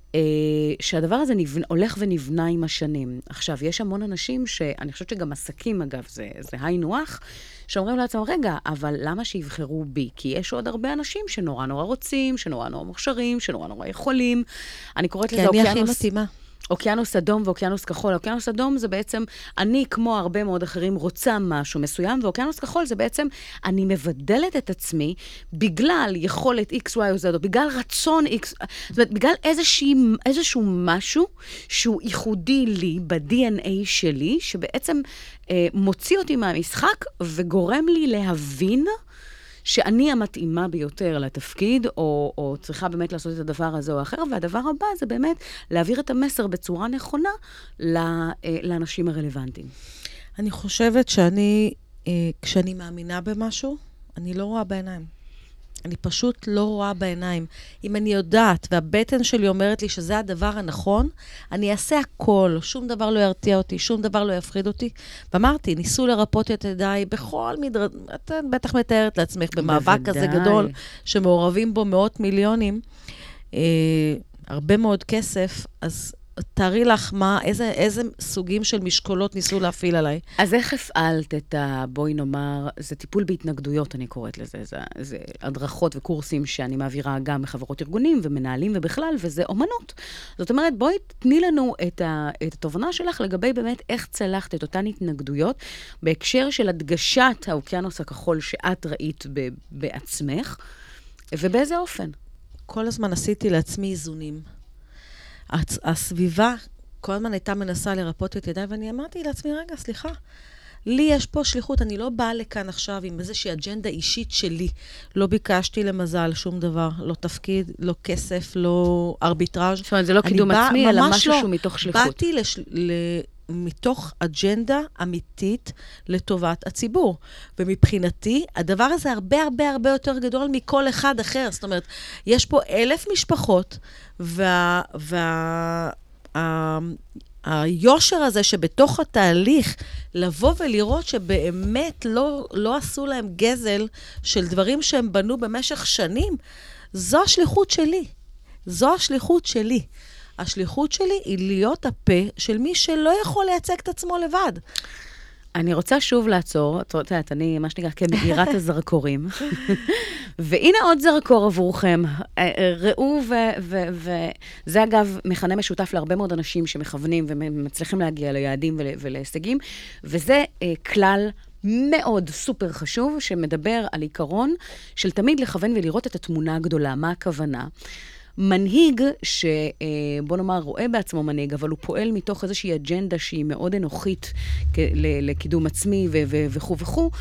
שהדבר הזה נבנ... הולך ונבנה עם השנים. עכשיו, יש המון אנשים שאני חושבת שגם עסקים, אגב, זה, זה היינו הך, שאומרים לעצמם, רגע, אבל למה שיבחרו בי? כי יש עוד הרבה אנשים שנורא נורא רוצים, שנורא נורא מוכשרים, שנורא נורא יכולים. אני קוראת לזה אוקיינוס... כי אני הכי מתאימה. אוקיינוס אדום ואוקיינוס כחול. אוקיינוס אדום זה בעצם, אני כמו הרבה מאוד אחרים רוצה משהו מסוים, ואוקיינוס כחול זה בעצם, אני מבדלת את עצמי בגלל יכולת X, Y או Z, או בגלל רצון X, זאת אומרת, בגלל איזושהי, איזשהו משהו שהוא ייחודי לי, ב-די אן איי שלי, שבעצם אה, מוציא אותי מהמשחק וגורם לי להבין שאני המתאימה ביותר לתפקיד, או, או צריכה באמת לעשות את הדבר הזה או אחר, והדבר הבא זה באמת להעביר את המסר בצורה נכונה לאנשים הרלוונטיים. אני חושבת שאני, כשאני מאמינה במשהו, אני לא רואה בעיניים. אני פשוט לא רואה בעיניים. אם אני יודעת, והבטן שלי אומרת לי שזה הדבר הנכון, אני אעשה הכל, שום דבר לא ירתיע אותי, שום דבר לא יפחיד אותי. ואמרתי, ניסו לרפות את ידיי בכל מדבר... את בטח מתארת לעצמך, במאבק כזה גדול, שמעורבים בו מאות מיליונים, אה, הרבה מאוד כסף, אז תארי לך מה, איזה, איזה סוגים של משקולות ניסו להפעיל עליי. אז איך הפעלת את ה... בואי נאמר, זה טיפול בהתנגדויות, אני קוראת לזה. זה, זה הדרכות וקורסים שאני מעבירה גם בחברות ארגונים ומנהלים ובכלל, וזה אומנות. זאת אומרת, בואי תני לנו את, ה, את התובנה שלך לגבי באמת איך צלחת את אותן התנגדויות, בהקשר של הדגשת האוקיינוס הכחול שאת ראית ב, בעצמך, ובאיזה אופן? כל הזמן עשיתי לעצמי איזונים. הסביבה כל הזמן הייתה מנסה לרפות את ידיי, ואני אמרתי לעצמי, רגע, סליחה, לי יש פה שליחות, אני לא באה לכאן עכשיו עם איזושהי אג'נדה אישית שלי. לא ביקשתי למזל שום דבר, לא תפקיד, לא כסף, לא ארביטראז'. זאת אומרת, זה לא קידום עצמי, אלא משהו שהוא מתוך שליחות. באתי לש... ל... מתוך אג'נדה אמיתית לטובת הציבור. ומבחינתי, הדבר הזה הרבה הרבה הרבה יותר גדול מכל אחד אחר. זאת אומרת, יש פה אלף משפחות, וה... וה... ה... היושר הזה שבתוך התהליך, לבוא ולראות שבאמת לא, לא עשו להם גזל של דברים שהם בנו במשך שנים, זו השליחות שלי. זו השליחות שלי. השליחות שלי היא להיות הפה של מי שלא יכול לייצג את עצמו לבד. אני רוצה שוב לעצור, את יודעת, אני, מה שנקרא, כמאירת הזרקורים. והנה עוד זרקור עבורכם. ראו, וזה אגב מכנה משותף להרבה מאוד אנשים שמכוונים ומצליחים להגיע ליעדים ולהישגים, וזה כלל מאוד סופר חשוב, שמדבר על עיקרון של תמיד לכוון ולראות את התמונה הגדולה. מה הכוונה? מנהיג שבוא נאמר רואה בעצמו מנהיג, אבל הוא פועל מתוך איזושהי אג'נדה שהיא מאוד אנוכית לקידום עצמי וכו' וכו',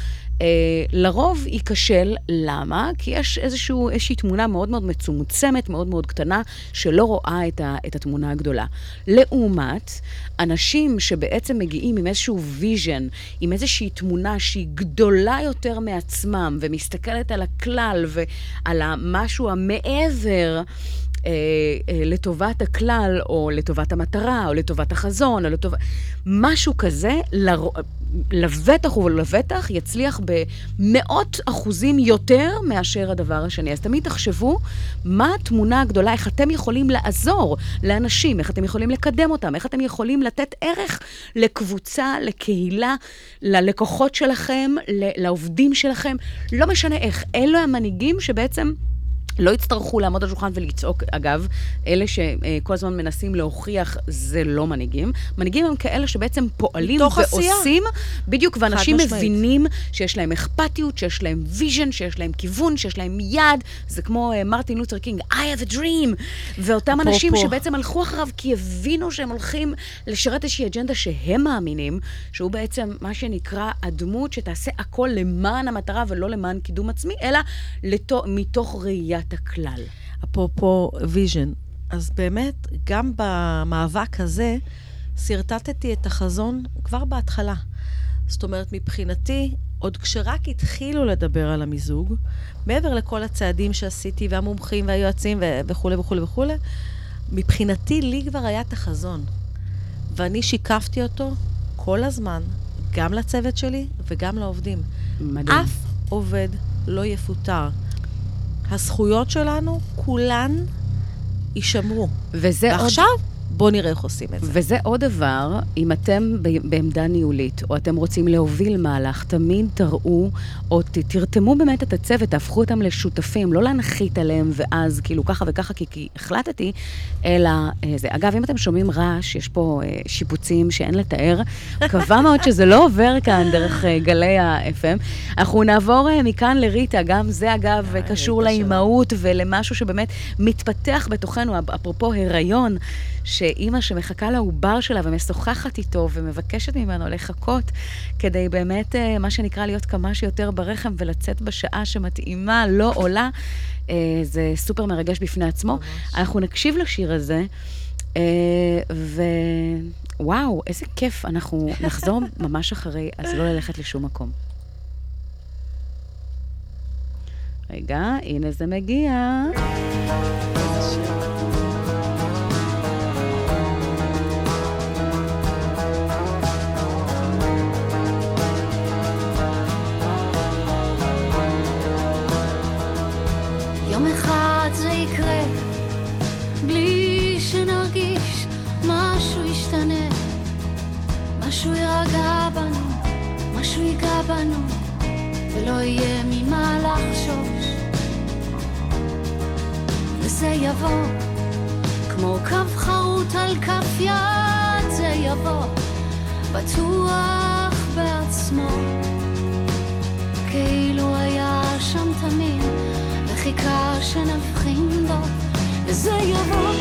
לרוב ייכשל. למה? כי יש איזשהו, איזושהי תמונה מאוד מאוד מצומצמת, מאוד מאוד קטנה, שלא רואה את, ה, את התמונה הגדולה. לעומת, אנשים שבעצם מגיעים עם איזשהו ויז'ן, עם איזושהי תמונה שהיא גדולה יותר מעצמם, ומסתכלת על הכלל ועל המשהו המעבר, אה, אה, לטובת הכלל, או לטובת המטרה, או לטובת החזון, או לטובת... משהו כזה, לר... לבטח ולבטח יצליח במאות אחוזים יותר מאשר הדבר השני. אז תמיד תחשבו מה התמונה הגדולה, איך אתם יכולים לעזור לאנשים, איך אתם יכולים לקדם אותם, איך אתם יכולים לתת ערך לקבוצה, לקהילה, ללקוחות שלכם, לעובדים שלכם, לא משנה איך. אלו המנהיגים שבעצם לא יצטרכו לעמוד על שולחן ולצעוק. אגב, אלה שכל הזמן מנסים להוכיח, זה לא מנהיגים. מנהיגים הם כאלה שבעצם פועלים ועושים, בדיוק, ואנשים מבינים שיש להם אכפתיות, שיש להם ויז'ן, שיש להם כיוון, שיש להם יד. זה כמו מרטין לותר קינג, I have a dream. ואותם אנשים שבעצם הלכו אחריו, כי הבינו שהם הולכים לשרת איזושהי אג'נדה שהם מאמינים, שהוא בעצם מה שנקרא הדמות שתעשה הכל למען המטרה ולא למען קידום עצמי, אלא לתו, מתוך ראיית הכלל. אפרופו ויז'ן, אז באמת, גם במאבק הזה, סרטטתי את החזון כבר בהתחלה. זאת אומרת, מבחינתי, עוד כשרק התחילו לדבר על המיזוג, מעבר לכל הצעדים שעשיתי, והמומחים והיועצים וכו' וכו' וכו', מבחינתי, לי כבר היה את החזון. ואני שיקפתי אותו כל הזמן, גם לצוות שלי וגם לעובדים. מדהים. אף עובד לא יפוטר. הזכויות שלנו, כולן יישמרו. וזה ועכשיו, עוד... בואו נראה איך עושים את זה. וזה עוד דבר, אם אתם בעמדה ניהולית, או אתם רוצים להוביל מהלך, תמיד תראו, או תרתמו באמת את הצוות, תהפכו אותם לשותפים, לא להנחית עליהם, ואז כאילו ככה וככה, כי, כי החלטתי, אלא זה. אגב, אם אתם שומעים רעש, יש פה אה, שיפוצים שאין לתאר, מקווה מאוד שזה לא עובר כאן דרך אה, גלי ה-אף אם. אנחנו נעבור אה, מכאן לריטה, גם זה אגב אה, קשור לאימהות, ולמשהו שבאמת מתפתח בתוכנו, אפרופו הריון, שאימא שמחכה לעובר שלה ומשוחחת איתו ומבקשת ממנו לחכות כדי באמת, מה שנקרא, להיות כמה שיותר ברחם ולצאת בשעה שמתאימה, לא עולה, זה סופר מרגש בפני עצמו. ממש. אנחנו נקשיב לשיר הזה, ווואו, איזה כיף, אנחנו נחזור ממש אחרי, אז לא ללכת לשום מקום. רגע, הנה זה מגיע. יום אחד זה יקרה, בלי שנרגיש משהו ישתנה, משהו ירגע בנו, משהו ייגע בנו, ולא יהיה ממה לחשוש. וזה יבוא, כמו קו חרוט על כף יד, זה יבוא, בטוח בעצמו, כאילו היה שם תמיד, חיכה שנבחין בו, וזה יבוא,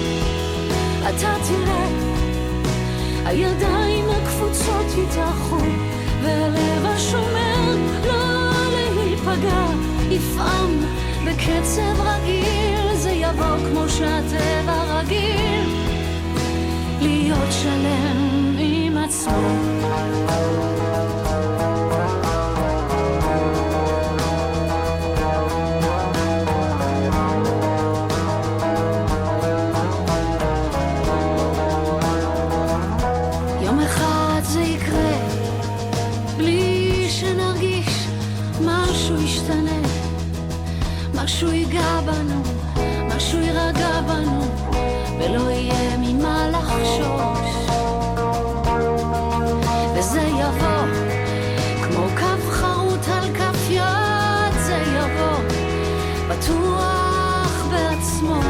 אתה תראה, הידיים הקפוצות יתאחו, והלב השומר לא להיפגע יפעם בקצב רגיל, זה יבוא כמו שהטבע רגיל להיות שלם עם עצמו. יום אחד זה יקרה בלי שנרגיש משהו ישתנה, משהו ייגע בנו, משהו יירגע בנו, ולא יהיה ממה לחשוש. וזה יבוא כמו קו חרוט על כף יד, זה יבוא בטוח בעצמו,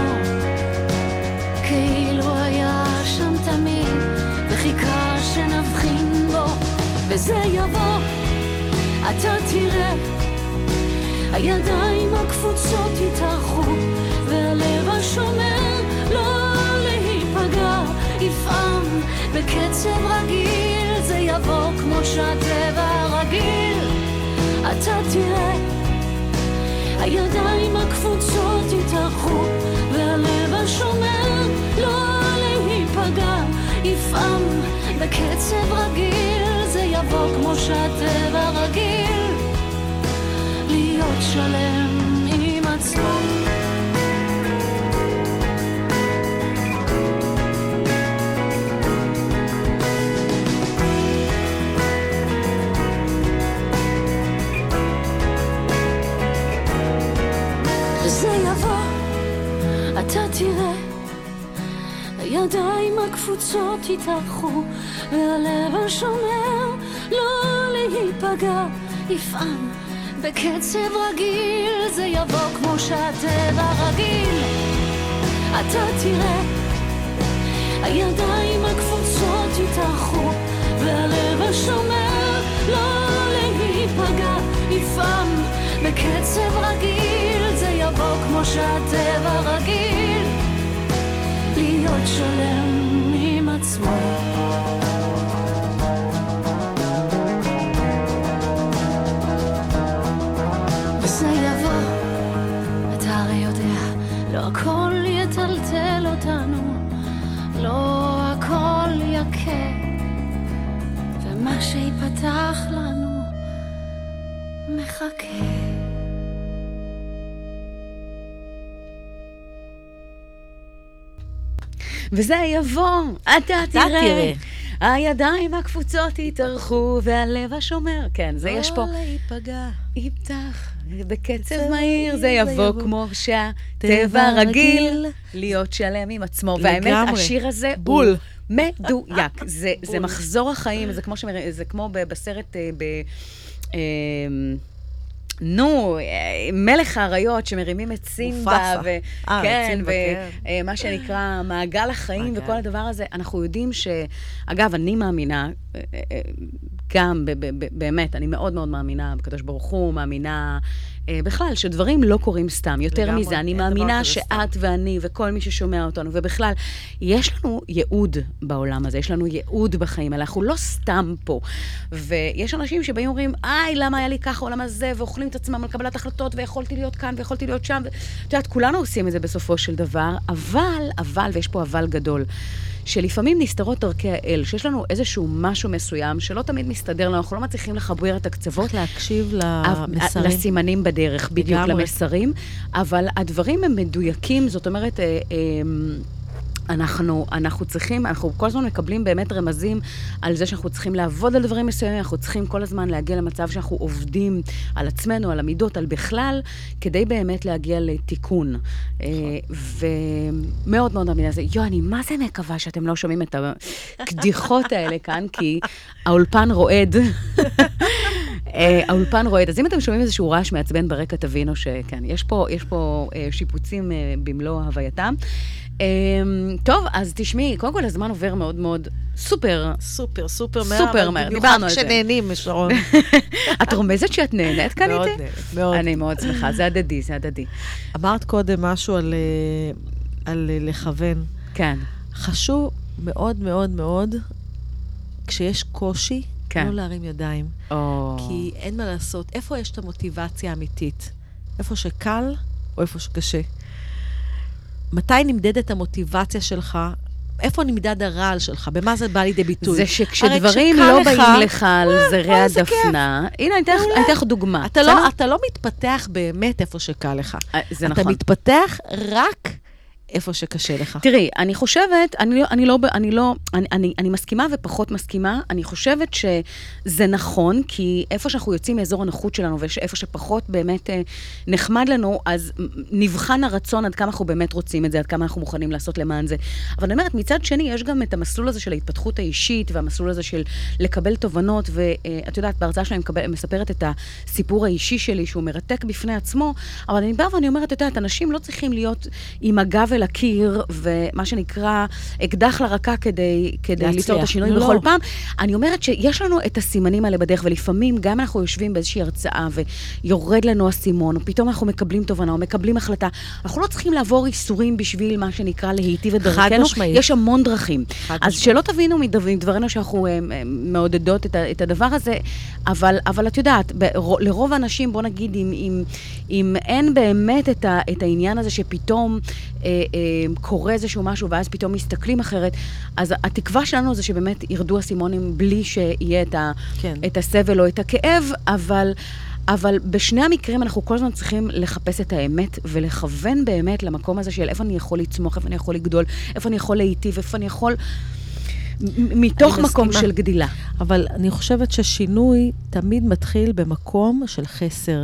כאילו היה שם תמיד וחיכה שנבחין בו. וזה יבוא, אתה תראה, הידיים הקפוצות יתארחו, והלב השומר לא להיפגע יפעם בקצב רגיל, זה יבוא כמו שהטבע רגיל. אתה תראה, הידיים הקפוצות יתארחו, והלב השומר לא להיפגע יפעם בקצב רגיל, זה יבוא כמו שהטבע רגיל להיות שלם עם עצמו. וזה יבוא, אתה תראה, הידיים הקפוצות יתארחו, והלב השומר לא להיפגע יפעם בקצב רגיל, זה יבוא כמו שהטבע רגיל. אתה תראה, הידיים הקפוצות יתארחו, והלב השומר לא להיפגע יפעם בקצב רגיל, זה יבוא כמו שהטבע רגיל להיות שלם עם עצמו. וזה יבוא, אתה הרי יודע, לא הכל יטלטל אותנו, לא הכל יקה, ומה שיפתח לנו מחכה. וזה יבוא, אתה תראה, הידיים הקפוצות יתארחו, והלב השומר, כן, זה יש פה. לא להיפגע. יפתח בקצב מהיר, זה יבוא כמו שהטבע רגיל להיות שלם עם עצמו. והאמת, השיר הזה הוא מדויק. זה מחזור החיים, זה כמו בסרט ב... נו, מלך האריות שמרימים את סימבה, כן, ומה שנקרא מעגל החיים וכל הדבר הזה, אנחנו יודעים ש... אגב, אני מאמינה, גם באמת, אני מאוד מאוד מאמינה בקדוש ברוך הוא, מאמינה בכלל שדברים לא קורים סתם. יותר מזה, אני מאמינה שאת ואני וכל מי ששומע אותנו, ובכלל, יש לנו ייעוד בעולם הזה, יש לנו ייעוד בחיים האלה, אנחנו לא סתם פה. ויש אנשים שבאים ואומרים, איי, למה היה לי ככה העולם הזה, ואוכלים את עצמם על קבלת החלטות, ויכולתי להיות כאן, ויכולתי להיות שם. את יודעת, כולנו עושים את זה בסופו של דבר, אבל, אבל, ויש פה אבל גדול, שלפעמים נסתרות דרכי האל, שיש לנו איזשהו משהו מסוים, שלא תמיד מסתדר לנו, אנחנו לא מצליחים לחבר את הקצוות. להקשיב למסרים. לסימנים בדרך, בדיוק למסרים, אבל הדברים הם מדויקים, זאת אומרת, אנחנו, אנחנו צריכים, אנחנו כל הזמן מקבלים באמת רמזים על זה שאנחנו צריכים לעבוד על דברים מסוימים, אנחנו צריכים כל הזמן להגיע למצב שאנחנו עובדים על עצמנו, על המידות, על בכלל, כדי באמת להגיע לתיקון. ומאוד מאוד מאמינה זה, יו, אני מה זה מקווה שאתם לא שומעים את הקדיחות האלה כאן, כי האולפן רועד. האולפן רועד. אז אם אתם שומעים איזשהו רעש מעצבן ברקע, תבינו שכן, יש פה, יש פה שיפוצים במלוא הווייתם. טוב, אז תשמעי, קודם כל הזמן עובר מאוד מאוד סופר. סופר, סופר מהר. סופר מהר, דיברנו על זה. שנהנים, שרון. את רומזת שאת נהנית כאן איתי? מאוד נהנית, מאוד. אני מאוד שמחה, זה הדדי, זה הדדי. אמרת קודם משהו על, על לכוון. כן. חשוב מאוד מאוד מאוד, כשיש קושי, כן. לא להרים ידיים. או... כי אין מה לעשות. איפה יש את המוטיבציה האמיתית? איפה שקל או איפה שקשה? מתי נמדדת המוטיבציה שלך? איפה נמדד הרעל שלך? במה זה בא לידי ביטוי? זה שכשדברים לא לך, באים לך על זרי איזה הדפנה, הנה, אני אתן לך דוגמה. אתה לא, אתה לא מתפתח באמת איפה שקל לך. זה אתה נכון. מתפתח רק איפה שקשה לך. תראי, אני חושבת, אני לא, אני לא, אני לא, אני, אני, אני מסכימה ופחות מסכימה, אני חושבת שזה נכון, כי איפה שאנחנו יוצאים מאזור הנוחות שלנו, ואיפה שפחות באמת אה, נחמד לנו, אז נבחן הרצון עד כמה אנחנו באמת רוצים את זה, עד כמה אנחנו מוכנים לעשות למען זה. אבל אני אומרת, מצד שני, יש גם את המסלול הזה של ההתפתחות האישית, והמסלול הזה של לקבל תובנות, ואת יודעת, בהרצאה שלה אני מספרת את הסיפור האישי שלי, שהוא מרתק בפני עצמו, אבל אני באה ואני אומרת, את יודעת, אנשים לא צריכים להיות עם הגב אל הקיר, ומה שנקרא, אקדח לרקה כדי, כדי ליצור את השינוי לא. בכל פעם. אני אומרת שיש לנו את הסימנים האלה בדרך, ולפעמים גם אנחנו יושבים באיזושהי הרצאה, ויורד לנו הסימון, ופתאום אנחנו מקבלים תובנה, או מקבלים החלטה. אנחנו לא צריכים לעבור איסורים בשביל מה שנקרא להיטיב את דרכנו. יש המון דרכים. אז שלא תבינו מדברנו שאנחנו מעודדות את, את הדבר הזה, אבל, אבל את יודעת, לרוב האנשים, בוא נגיד, אם, אם, אם אין באמת את, ה, את העניין הזה שפתאום אה, אה, קורה איזשהו משהו, ואז פתאום מסתכלים אחרת, אז התקווה שלנו זה שבאמת ירדו הסימונים בלי שיהיה את, ה, כן. את הסבל או את הכאב, אבל... אבל בשני המקרים אנחנו כל הזמן צריכים לחפש את האמת, ולכוון באמת למקום הזה של איפה אני יכול לצמוח, איפה אני יכול לגדול, איפה אני יכול להיטיב, איפה אני יכול... מתוך מקום של גדילה. אבל אני חושבת ששינוי תמיד מתחיל במקום של חסר.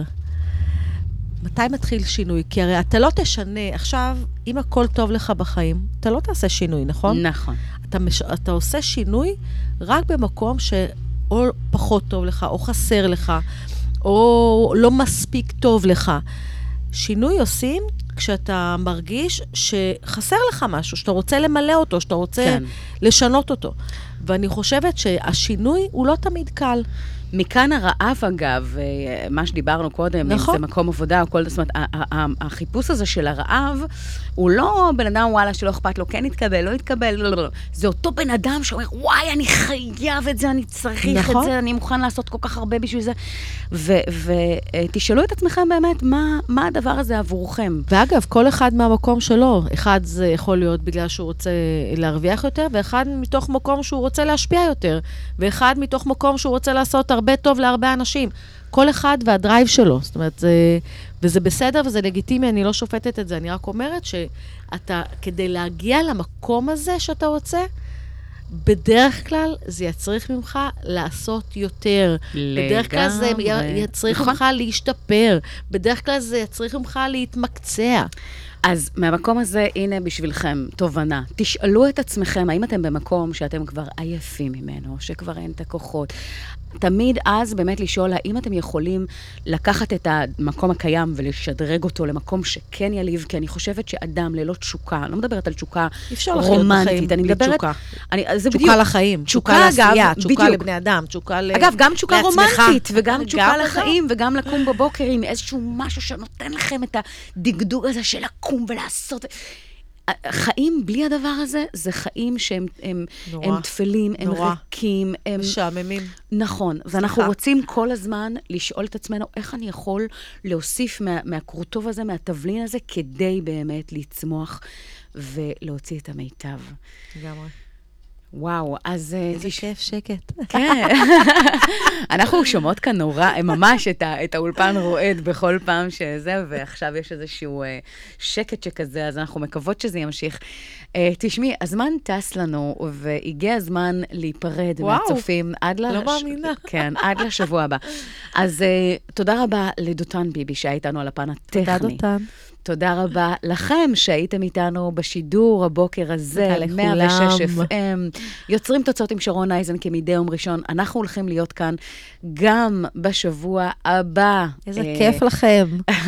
מתי מתחיל שינוי? כי הרי אתה לא תשנה, עכשיו, אם הכל טוב לך בחיים, אתה לא תעשה שינוי, נכון? נכון. אתה, מש... אתה עושה שינוי רק במקום שאו פחות טוב לך, או חסר לך, או לא מספיק טוב לך. שינוי עושים כשאתה מרגיש שחסר לך משהו, שאתה רוצה למלא אותו, שאתה רוצה כן. לשנות אותו. ואני חושבת שהשינוי הוא לא תמיד קל. מכאן הרעב, אגב, מה שדיברנו קודם, נכון. אם זה מקום עבודה או כל... זאת אומרת, החיפוש הזה של הרעב, הוא לא בן אדם, וואלה, שלא אכפת לו, כן יתקבל, לא יתקבל, לא, לא, לא. זה אותו בן אדם שאומר, וואי, אני חייב את זה, אני צריך נכון. את זה, אני מוכן לעשות כל כך הרבה בשביל זה. ותשאלו את עצמכם באמת, מה, מה הדבר הזה עבורכם? ואגב, כל אחד מהמקום שלו, אחד זה יכול להיות בגלל שהוא רוצה להרוויח יותר, ואחד מתוך מקום שהוא רוצה להשפיע יותר, ואחד מתוך מקום שהוא רוצה לעשות הרבה טוב להרבה אנשים. כל אחד והדרייב שלו. זאת אומרת, זה, וזה בסדר וזה לגיטימי, אני לא שופטת את זה, אני רק אומרת שאתה, כדי להגיע למקום הזה שאתה רוצה, בדרך כלל זה יצריך ממך לעשות יותר. לגמרי. בדרך כלל זה יצריך נכון. ממך להשתפר. בדרך כלל זה יצריך ממך להתמקצע. אז מהמקום הזה, הנה בשבילכם, תובנה. תשאלו את עצמכם, האם אתם במקום שאתם כבר עייפים ממנו, שכבר אין את הכוחות. תמיד אז באמת לשאול, האם אתם יכולים לקחת את המקום הקיים ולשדרג אותו למקום שכן יליב, כי אני חושבת שאדם ללא תשוקה, אני לא מדברת על תשוקה רומנטית, אני מדברת... תשוקה. אני, זה תשוקה בדיוק, לחיים, תשוקה, תשוקה לעשייה, אגב, תשוקה בדיוק. לבני אדם, תשוקה ל... אגב, גם תשוקה לעצמך. רומנטית, וגם תשוקה גם לחיים, וגם לקום בבוקר עם איזשהו משהו שנותן לכם את הדגדוג הזה של לקום ולעשות... חיים בלי הדבר הזה, זה חיים שהם הם, הם תפלים, הם נורא. ריקים, הם... משעממים. נכון, ואנחנו רוצים כל הזמן לשאול את עצמנו, איך אני יכול להוסיף מה, מהקורטוב הזה, מהתבלין הזה, כדי באמת לצמוח ולהוציא את המיטב. לגמרי. וואו, אז... איזה תש... כיף, שקט. כן. אנחנו שומעות כאן נורא, ממש את, ה, את האולפן רועד בכל פעם שזה, ועכשיו יש איזשהו uh, שקט שכזה, אז אנחנו מקוות שזה ימשיך. Uh, תשמעי, הזמן טס לנו, והגיע הזמן להיפרד וואו, מהצופים עד לא לש... מאמינה. כן, עד לשבוע הבא. אז uh, תודה רבה לדותן ביבי, שהיה איתנו על הפן הטכני. תודה דותן. תודה רבה לכם שהייתם איתנו בשידור הבוקר הזה, מאה ושש אף אם. יוצרים תוצאות עם שרון אייזן כמדי יום ראשון. אנחנו הולכים להיות כאן גם בשבוע הבא. איזה כיף לכם.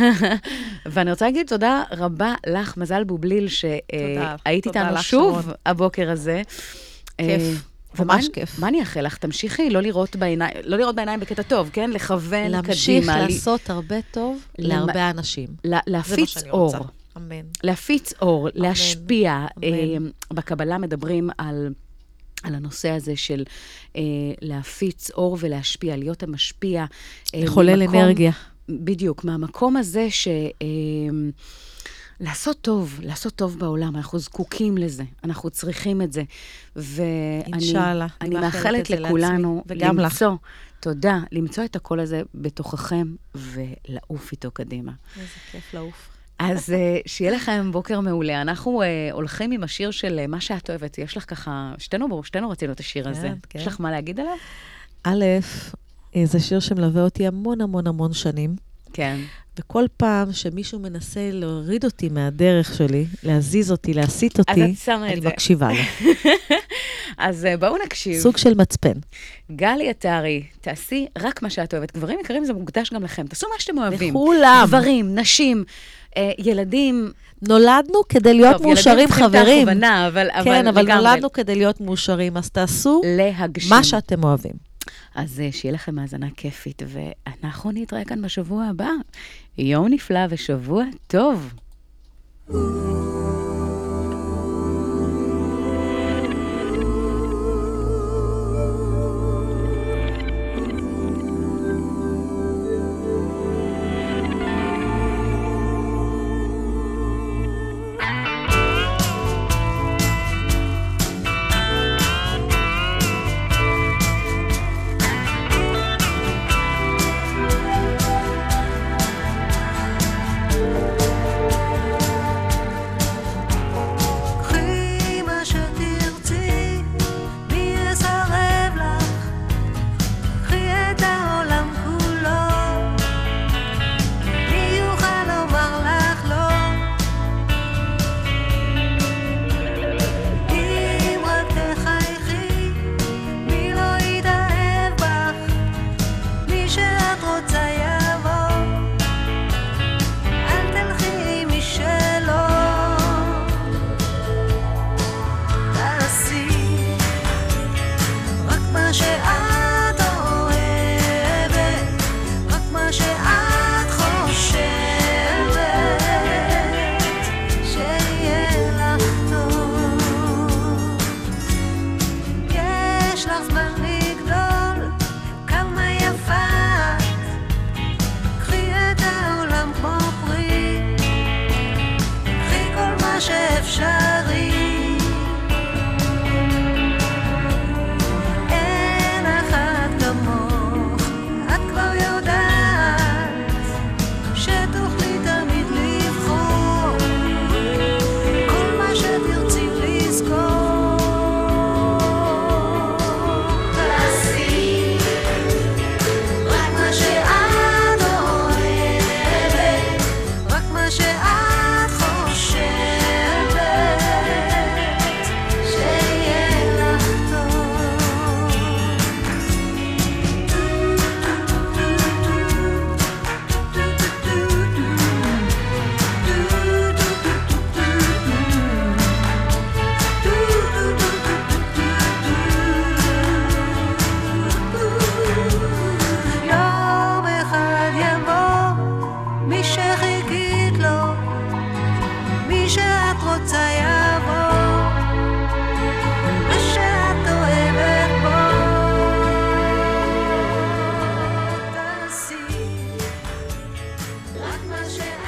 ואני רוצה להגיד תודה רבה לך, מזל בובליל, שהיית איתנו שוב הבוקר הזה. כיף. ממש כיף. מה אני אאחל לך? תמשיכי לא לראות בעיניים, לא לראות בעיניים בקטע טוב, כן? לכוון קדימה. להמשיך לעשות הרבה טוב להרבה אנשים. להפיץ אור. אמן. להפיץ אור, להשפיע. בקבלה מדברים על על הנושא הזה של אה, להפיץ אור ולהשפיע, להיות המשפיע. אה, לחולל ממקום, אנרגיה. בדיוק, מהמקום הזה ש... אה, לעשות טוב, לעשות טוב בעולם, אנחנו זקוקים לזה, אנחנו צריכים את זה. ואני אינשאללה, אני אני מאחלת מאחלת את זה לכולנו לעצמי, וגם לך. למצוא, תודה, למצוא את הקול הזה בתוככם ולעוף איתו קדימה. איזה כיף לעוף. אז אה, שיהיה לכם בוקר מעולה. אנחנו אה, הולכים עם השיר של אה, מה שאת אוהבת. יש לך ככה, שתינו, שתינו רצינו את השיר הזה. כן. יש לך מה להגיד עליו? א', אה, זה שיר שמלווה אותי המון המון המון שנים, כן. וכל פעם שמישהו מנסה להוריד אותי מהדרך שלי, להזיז אותי, להסיט אותי, אז את שמה את אני זה. מקשיבה לו. אז אה, בואו נקשיב. סוג של מצפן. גלי עטרי, תעשי רק מה שאת אוהבת. גברים יקרים, זה מוקדש גם לכם. תעשו מה שאתם אוהבים. לכולם. גברים, נשים, אה, ילדים. נולדנו כדי להיות טוב, מאושרים, ילדים צריכים את חברים. ההכוונה, אבל, כן, אבל לגמרי. נולדנו כדי להיות מאושרים, אז תעשו להגשים. מה שאתם אוהבים. אז אה, שיהיה לכם האזנה כיפית, ואנחנו נתראה כאן בשבוע הבא. יום נפלא ושבוע טוב. קחי מה שתרצי, מי יסרב לך? קחי את העולם כולו, מי יוכל לומר לך לא? אם רק תחייכי, מי לא יתאהב בך? מי שאת רוצה יבוא, אל תלכי עם מי שלא. תעשי רק מה שאת אוהבת, רק מה שאת חושבת, שיהיה לך טוב. יש לך זמן לגדול, כמה יפה את. קחי את העולם כמו פרי, קחי כל מה שאפשרי. אין אחת כמוך, את כבר יודעת שתוכלי תמיד לבחור כל מה שתרצי לזכור. תעשי רק מה שאת אוהבת, רק מה שאת חושבת, שיהיה לך יום אחד יבוא מי שחיכית לו, מי שאת רוצה יבוא, מה שאת אוהבת בו. תעשי רק מה שאת